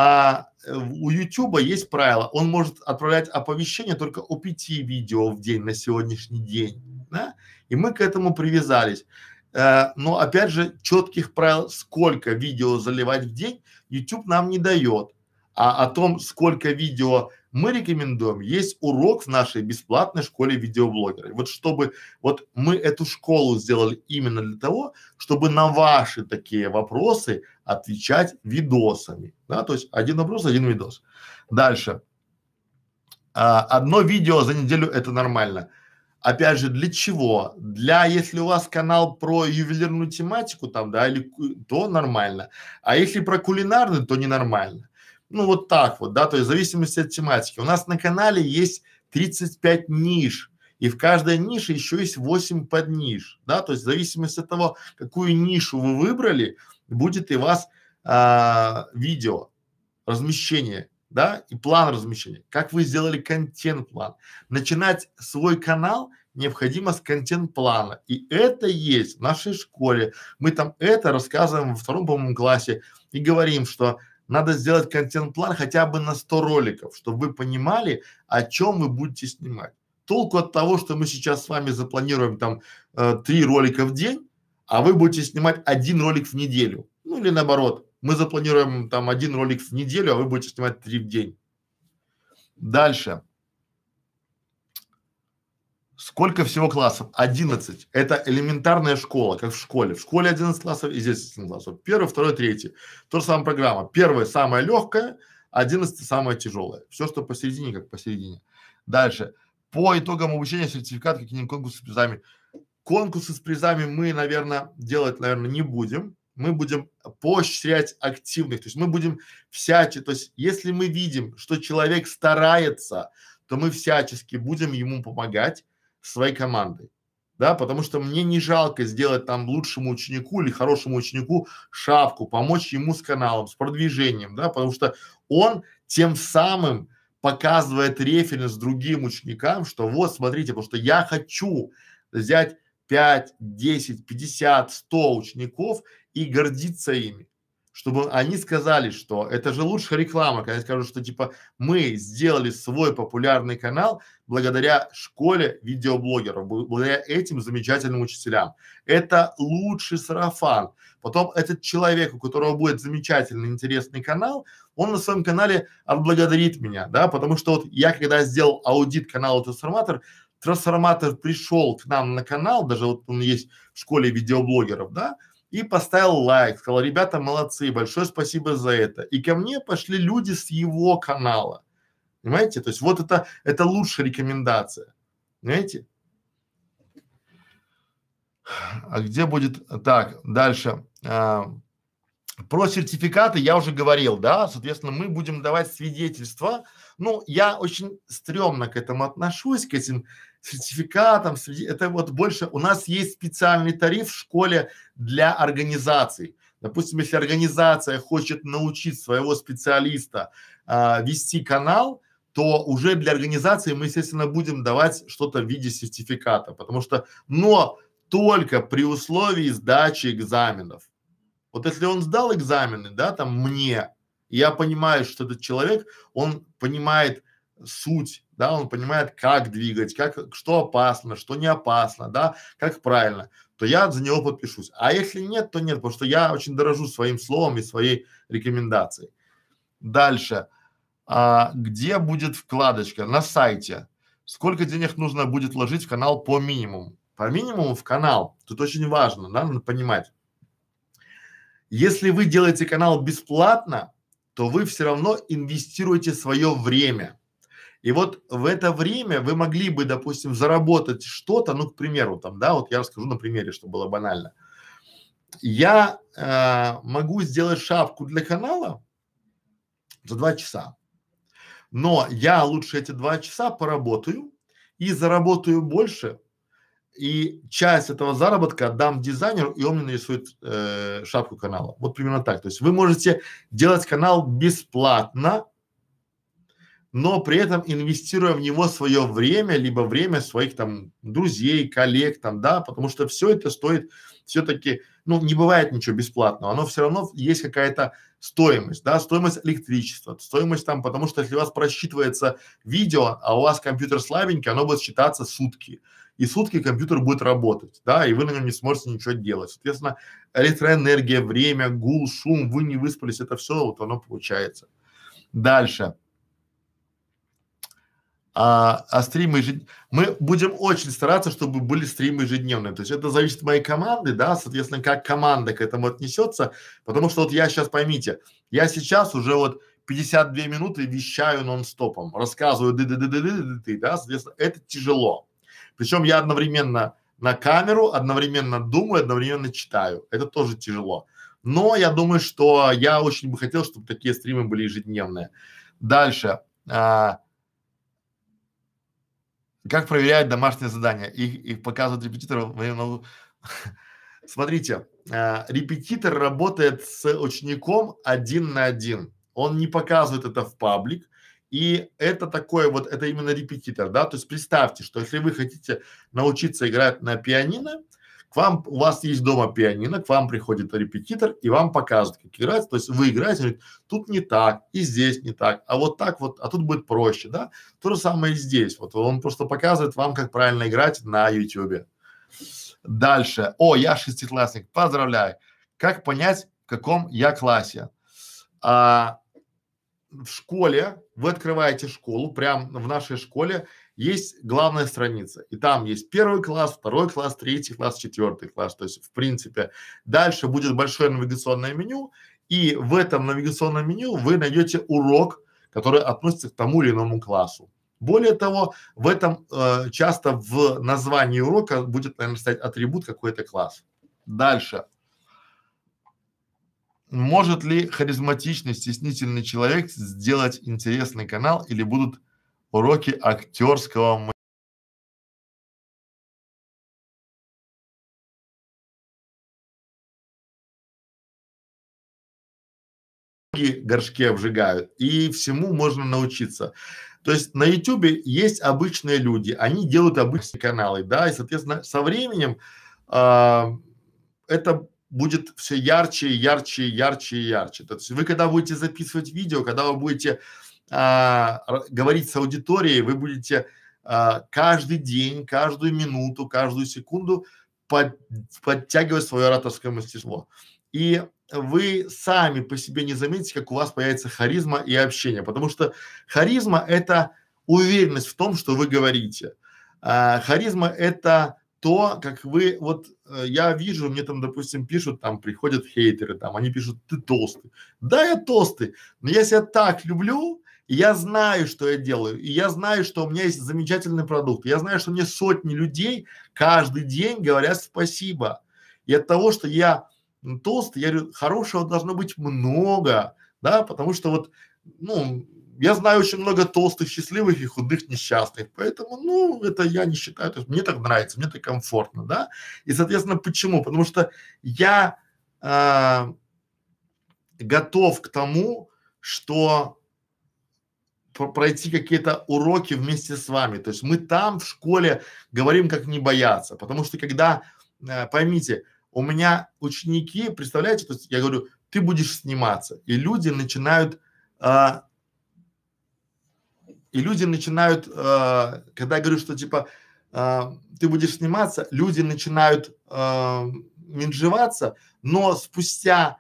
у Ютуба есть правило, он может отправлять оповещение только о 5 видео в день на сегодняшний день, да? И мы к этому привязались. Но опять же, четких правил, сколько видео заливать в день, YouTube нам не дает. А о том, сколько видео мы рекомендуем, есть урок в нашей бесплатной школе видеоблогеров. Вот чтобы, вот мы эту школу сделали именно для того, чтобы на ваши такие вопросы отвечать видосами, да, то есть один вопрос, один видос. Дальше. Одно видео за неделю это нормально. Опять же, для чего? Если у вас канал про ювелирную тематику там, да, то нормально. А если про кулинарную, то ненормально. Ну, вот так вот, да, то есть в зависимости от тематики. У нас на канале есть 35 ниш, и в каждой нише еще есть 8 подниш, да, то есть в зависимости от того, какую нишу вы выбрали, будет и вас видео, размещение, да, и план размещения, как вы сделали контент-план. Начинать свой канал необходимо с контент-плана, и это есть в нашей школе. Мы там это рассказываем во 2, по-моему, классе и говорим, что надо сделать контент-план хотя бы на 100 роликов, чтобы вы понимали, о чем вы будете снимать. Толку от того, что мы сейчас с вами запланируем там 3 ролика в день, а вы будете снимать 1 ролик в неделю. Ну или наоборот, мы запланируем там 1 ролик в неделю, а вы будете снимать 3 в день. Дальше. Сколько всего классов? 11. Это элементарная школа, как в школе. В школе 11 классов и здесь 11 классов. 1, 2, 3. То же самая программа. 1 самая легкая, 11 самая тяжелая. Все, что посередине, как посередине. Дальше. По итогам обучения сертификат, какие-нибудь конкурсы с призами. Конкурсы с призами мы, наверное, делать, не будем. Мы будем поощрять активных. То есть мы будем то есть если мы видим, что человек старается, то мы всячески будем ему помогать своей командой, да, потому что мне не жалко сделать там лучшему ученику или хорошему ученику шапку, помочь ему с каналом, с продвижением, да, потому что он тем самым показывает референс другим ученикам, что вот смотрите, потому что я хочу взять 5, 10, 50, 100 учеников и гордиться ими. Чтобы они сказали, что это же лучшая реклама, когда скажут, что типа мы сделали свой популярный канал благодаря школе видеоблогеров, благодаря этим замечательным учителям. Это лучший сарафан. Потом этот человек, у которого будет замечательный, интересный канал, он на своем канале отблагодарит меня, да, потому что вот я когда сделал аудит канала Трансформатор пришел к нам на канал, даже вот он есть в школе видеоблогеров, да, и поставил лайк, сказал, ребята молодцы, большое спасибо за это. И ко мне пошли люди с его канала, понимаете? То есть вот это лучшая рекомендация, понимаете? А где будет, так, дальше, про сертификаты я уже говорил, да, соответственно, мы будем давать свидетельства. Ну, я очень стрёмно к этому отношусь, к этим сертификатам, это вот больше, у нас есть специальный тариф в школе для организаций. Допустим, если организация хочет научить своего специалиста вести канал, то уже для организации мы, естественно, будем давать что-то в виде сертификата, потому что, но только при условии сдачи экзаменов. Вот если он сдал экзамены, да, там мне, и я понимаю, что этот человек, он понимает суть, да, он понимает, как двигать, как, что опасно, что не опасно, да, как правильно, то я за него подпишусь. А если нет, то нет, потому что я очень дорожу своим словом и своей рекомендацией. Дальше. Где будет вкладочка? На сайте. Сколько денег нужно будет вложить в канал по минимуму? По минимуму в канал. Тут очень важно, да, надо понимать. Если вы делаете канал бесплатно, то вы все равно инвестируете свое время. И вот в это время вы могли бы, допустим, заработать что-то, ну, к примеру, там, да, вот я расскажу на примере, чтобы было банально. Я могу сделать шапку для канала за 2 часа, но я лучше эти 2 часа поработаю и заработаю больше, и часть этого заработка отдам дизайнеру, и он мне нарисует шапку канала. Вот примерно так. То есть вы можете делать канал бесплатно, но при этом инвестируя в него свое время, либо время своих там друзей, коллег там, да, потому что все это стоит все-таки, ну, не бывает ничего бесплатного, оно все равно есть какая-то стоимость, да, стоимость электричества, стоимость там, потому что если у вас просчитывается видео, а у вас компьютер слабенький, оно будет считаться сутки. И сутки компьютер будет работать, да, и вы на нем не сможете ничего делать. Соответственно, электроэнергия, время, гул, шум, вы не выспались, это все вот оно получается. Дальше. Стримы мы будем очень стараться, чтобы были стримы ежедневные. То есть это зависит от моей команды, да, соответственно, как команда к этому отнесется. Потому что вот я сейчас, поймите, я сейчас уже вот 52 минуты вещаю нон-стопом, рассказываю да, соответственно, это тяжело. Причем я одновременно на камеру, одновременно думаю, одновременно читаю. Это тоже тяжело. Но я думаю, что я очень бы хотел, чтобы такие стримы были ежедневные. Дальше. Как проверяют домашние задания? Их показывают репетитору. Смотрите, репетитор работает с учеником 1 на 1. Он не показывает это в паблик. И это такое вот, это именно репетитор, да. То есть представьте, что если вы хотите научиться играть на пианино, к вам, у вас есть дома пианино, к вам приходит репетитор и вам показывает, как играть. То есть вы играете, говорит, тут не так, и здесь не так, а вот так вот, а тут будет проще, да. То же самое и здесь. Вот он просто показывает вам, как правильно играть на ютубе. Дальше. О, я шестиклассник. Поздравляю. Как понять, в каком я классе? В школе, вы открываете школу, прям в нашей школе есть главная страница. И там есть 1 класс, 2 класс, 3 класс, 4 класс. То есть, в принципе, дальше будет большое навигационное меню. И в этом навигационном меню вы найдете урок, который относится к тому или иному классу. Более того, в этом часто в названии урока будет, наверное, стоять атрибут какой-то класс. Дальше. Может ли харизматичный, стеснительный человек сделать интересный канал или будут уроки актерского горшки обжигают, и всему можно научиться. То есть на Ютубе есть обычные люди, они делают обычные каналы, да, и, соответственно, со временем это будет все ярче, ярче, ярче и ярче. То есть вы когда будете записывать видео, когда вы будете говорить с аудиторией, вы будете каждый день, каждую минуту, каждую секунду подтягивать свое ораторское мастерство. И вы сами по себе не заметите, как у вас появится харизма и общение, потому что харизма – это уверенность в том, что вы говорите. Харизма – это то, как вы, вот я вижу, мне там, допустим, пишут, там приходят хейтеры, там, они пишут, ты толстый. Да, я толстый, но я себя так люблю, и я знаю, что я делаю, и я знаю, что у меня есть замечательный продукт, я знаю, что мне сотни людей каждый день говорят спасибо. И от того, что я толстый, я говорю, хорошего должно быть много, да, потому что вот, ну, я знаю очень много толстых счастливых и худых несчастных, поэтому, ну, это я не считаю, то есть мне так нравится, мне так комфортно, да, и, соответственно, почему? Потому что я готов к тому, что пройти какие-то уроки вместе с вами, то есть мы там в школе говорим, как не бояться, потому что когда, поймите, у меня ученики, представляете, то есть я говорю, ты будешь сниматься, и люди начинают когда я говорю, что типа ты будешь сниматься, люди начинают менжеваться, но спустя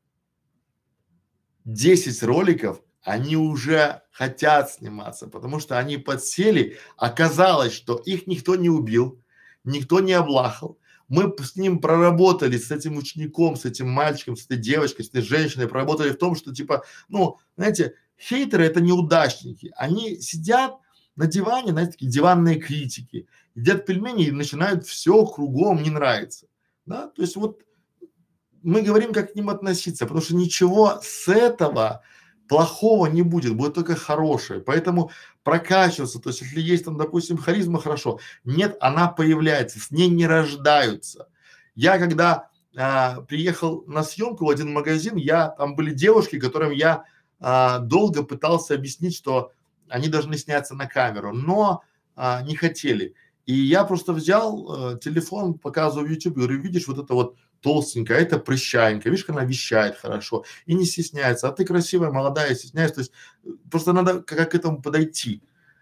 10 роликов они уже хотят сниматься, потому что они подсели, оказалось, что их никто не убил, никто не облахал. Мы с ним проработали, с этим учеником, с этим мальчиком, с этой девочкой, с этой женщиной, проработали в том, что типа, ну, знаете, хейтеры это неудачники, они сидят на диване, знаете, такие диванные критики, едят пельмени и начинают все кругом не нравится, да, то есть вот мы говорим, как к ним относиться, потому что ничего с этого плохого не будет, будет только хорошее, поэтому прокачиваться, то есть если есть там, допустим, харизма, хорошо, нет, она появляется, с ней не рождаются. Я когда приехал на съемку в один магазин, там были девушки, которым я долго пытался объяснить, что они должны сняться на камеру, но не хотели. И я просто взял телефон, показываю в YouTube, говорю, видишь, вот это вот толстенькая, это прыщавенькая, видишь, как она вещает хорошо и не стесняется, а ты красивая, молодая, стесняешься, то есть просто надо как к этому подойти.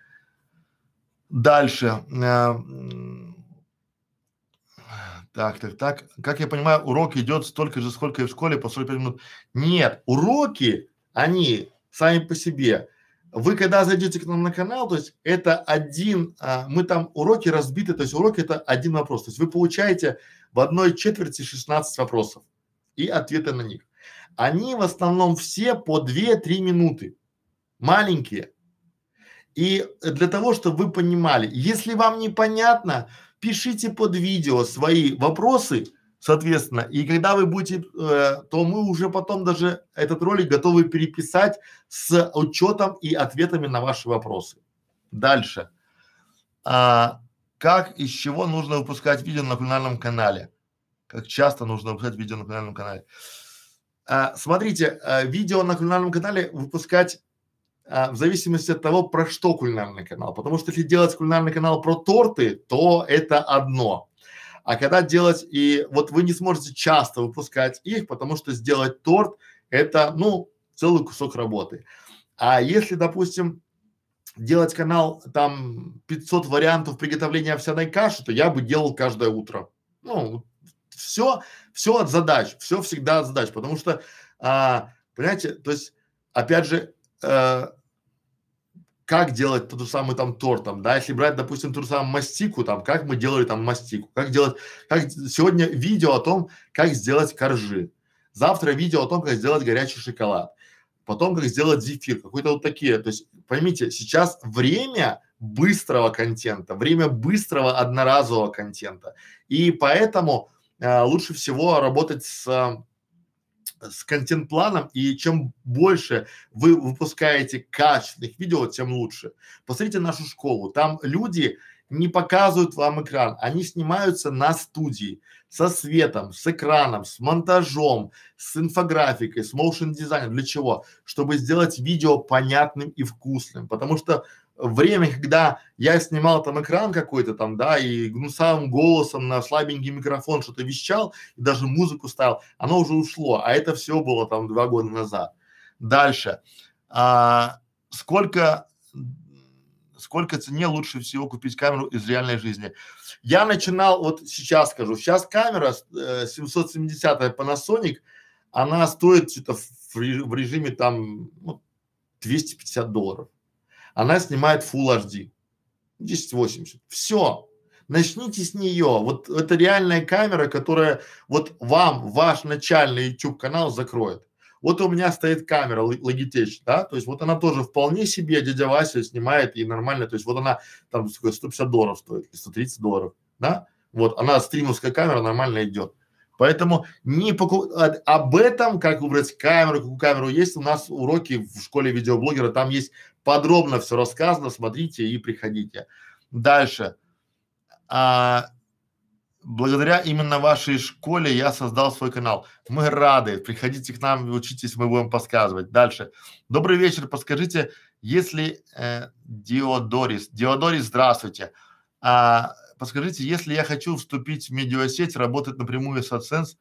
Дальше. Так. Как я понимаю, урок идет столько же, сколько и в школе, по 45 минут. Нет, уроки, они сами по себе. Вы когда зайдете к нам на канал, то есть это мы там уроки разбиты, то есть уроки это один вопрос. То есть вы получаете в одной четверти 16 вопросов и ответы на них. Они в основном все по 2-3 минуты, маленькие. И для того, чтобы вы понимали, если вам непонятно, пишите под видео свои вопросы, соответственно, и когда вы будете, то мы уже потом даже этот ролик готовы переписать с учетом и ответами на ваши вопросы. Дальше. Как и с чего нужно выпускать видео на кулинарном канале? Как часто нужно выпускать видео на кулинарном канале? Смотрите, видео на кулинарном канале выпускать в зависимости от того, про что кулинарный канал. Потому что если делать кулинарный канал про торты, то это одно. А когда делать, и вот вы не сможете часто выпускать их, потому что сделать торт это, ну, целый кусок работы. А если, допустим, делать канал там 500 вариантов приготовления овсяной каши, то я бы делал каждое утро. Ну, все от задач, все всегда от задач, потому что, понимаете, то есть, опять же, как делать тот же самый там торт, там, да, если брать, допустим, ту же самую мастику, там, как мы делали там мастику, как сегодня видео о том, как сделать коржи, завтра видео о том, как сделать горячий шоколад, потом как сделать зефир, какой-то вот такие, то есть, поймите, сейчас время быстрого контента, время быстрого одноразового контента, и поэтому лучше всего работать с контент-планом, и чем больше вы выпускаете качественных видео, тем лучше. Посмотрите нашу школу, там люди не показывают вам экран, они снимаются на студии, со светом, с экраном, с монтажом, с инфографикой, с моушн дизайном. Для чего? Чтобы сделать видео понятным и вкусным, потому что время, когда я снимал там экран какой-то там, да, и гнусавым голосом на слабенький микрофон что-то вещал, и даже музыку ставил, оно уже ушло, а это все было там 2 года назад. Дальше. А, сколько, сколько цене лучше всего купить камеру из реальной жизни? Я начинал, вот сейчас скажу, сейчас камера 770-я Panasonic, она стоит что-то в режиме там, ну, $250. Она снимает Full HD 1080. Все. Начните с нее. Вот это реальная камера, которая вот вам ваш начальный YouTube канал закроет. Вот у меня стоит камера Logitech, да, то есть вот она тоже вполне себе дядя Вася снимает и нормально, то есть вот она там сколько, $150 стоит, или $130, да, вот она стримовская камера нормально идет. Поэтому не об этом, как выбрать камеру, какую камеру есть, у нас уроки в школе видеоблогера, там есть подробно все рассказано, смотрите и приходите. Дальше. Благодаря именно вашей школе я создал свой канал. Мы рады. Приходите к нам, учитесь, мы будем подсказывать. Дальше. Добрый вечер. Подскажите, если Диодорис, здравствуйте. Подскажите, если я хочу вступить в медиасеть, работать напрямую с AdSense,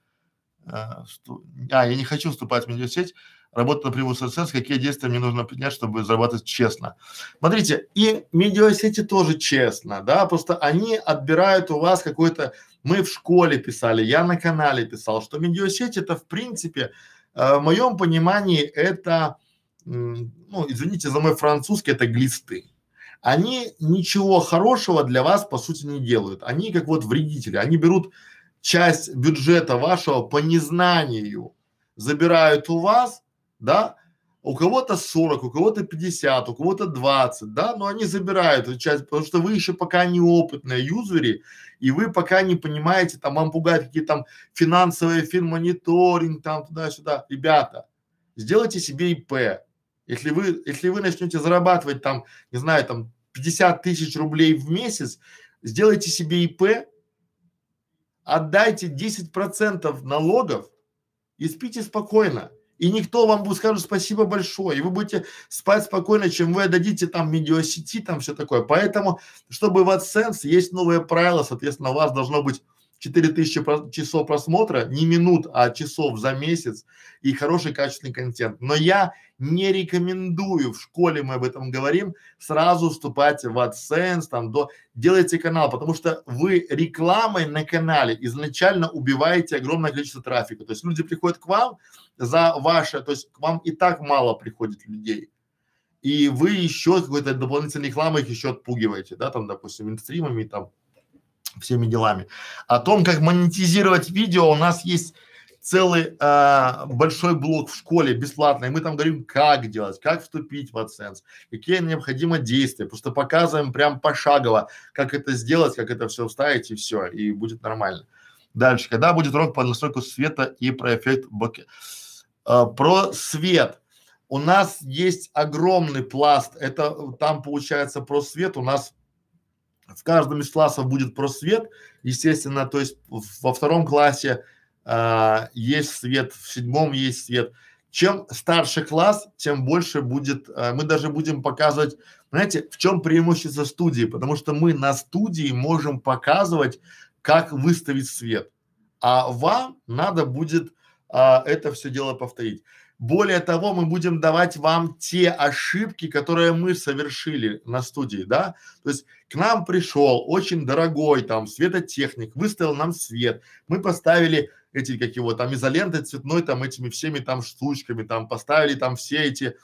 я не хочу вступать в медиасеть, работать напрямую с AdSense, какие действия мне нужно принять, чтобы зарабатывать честно? Смотрите, и медиасети тоже честно, да, просто они отбирают у вас какой-то, мы в школе писали, я на канале писал, что медиасеть это в принципе, в моем понимании это, ну, извините за мой французский, это глисты. Они ничего хорошего для вас по сути не делают, они как вот вредители, они берут часть бюджета вашего по незнанию, забирают у вас, да, у кого-то 40, у кого-то 50, у кого-то 20, да, но они забирают эту часть, потому что вы еще пока неопытные юзеры, и вы пока не понимаете, там вам пугают какие там финансовые финмониторинг, там туда-сюда. Ребята, сделайте себе ИП. Если вы начнете зарабатывать там, не знаю, там 50 тысяч рублей в месяц, сделайте себе ИП, отдайте 10% налогов и спите спокойно. И никто вам будет скажет спасибо большое, и вы будете спать спокойно, чем вы отдадите там медиасети, там все такое. Поэтому, чтобы в AdSense есть новые правила, соответственно, у вас должно быть 4000 часов просмотра, не минут, а часов за месяц и хороший качественный контент. Но я не рекомендую, в школе мы об этом говорим, сразу вступать в AdSense, там, делайте канал, потому что вы рекламой на канале изначально убиваете огромное количество трафика. То есть люди приходят к вам за ваше, то есть к вам и так мало приходит людей. И вы еще какой-то дополнительной рекламой их еще отпугиваете, да, там, допустим, инстримами, там, всеми делами. О том, как монетизировать видео, у нас есть целый большой блок в школе бесплатный. Мы там говорим, как делать, как вступить в AdSense, какие необходимы действия. Просто показываем прям пошагово, как это сделать, как это все вставить и все, и будет нормально. Дальше. Когда будет урок по настройку света и про эффект боке? Про свет. У нас есть огромный пласт. Это там получается про свет. У нас в каждом из классов будет просвет, естественно, то есть во 2 классе есть свет, в 7 есть свет. Чем старше класс, тем больше будет, мы даже будем показывать, знаете, в чем преимущество студии, потому что мы на студии можем показывать, как выставить свет, а вам надо будет это все дело повторить. Более того, мы будем давать вам те ошибки, которые мы совершили на студии, да, то есть к нам пришел очень дорогой там светотехник, выставил нам свет, мы поставили эти, как его там, изолентой цветной, там этими всеми там штучками, там поставили там все эти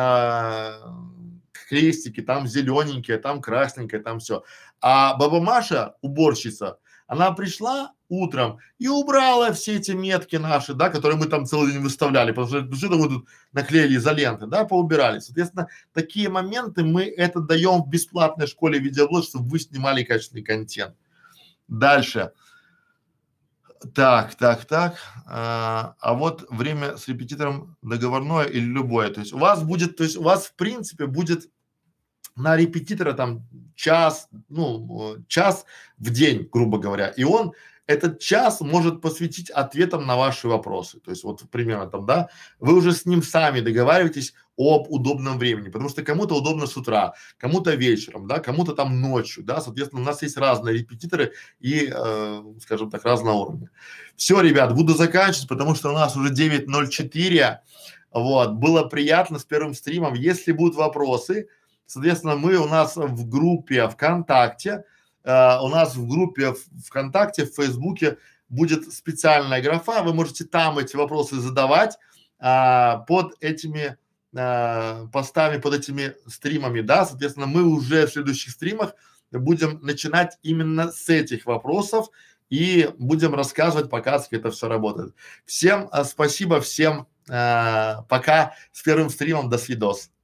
крестики, там зелененькие, там красненькое, там все. А баба Маша, уборщица, она пришла утром и убрала все эти метки наши, да, которые мы там целый день выставляли, потому что мы тут наклеили изоленты, да, поубирали. Соответственно, такие моменты мы это даем в бесплатной школе видеоблог, чтобы вы снимали качественный контент. Дальше. Так. А вот время с репетитором договорное или любое. То есть у вас будет, то есть у вас в принципе будет на репетитора там час, ну, час в день, грубо говоря. И он этот час может посвятить ответам на ваши вопросы. То есть вот примерно там, да, вы уже с ним сами договариваетесь об удобном времени, потому что кому-то удобно с утра, кому-то вечером, да, кому-то там ночью, да, соответственно, у нас есть разные репетиторы и, скажем так, разного уровня. Все, ребят, буду заканчивать, потому что у нас уже 9:04. Вот, было приятно с первым стримом. Если будут вопросы, соответственно, мы у нас в группе ВКонтакте, у нас в группе ВКонтакте, в Фейсбуке будет специальная графа, вы можете там эти вопросы задавать под этими постами, под этими стримами, да, соответственно, мы уже в следующих стримах будем начинать именно с этих вопросов и будем рассказывать, показывать, как это все работает. Всем спасибо, всем пока, с первым стримом, до свидос.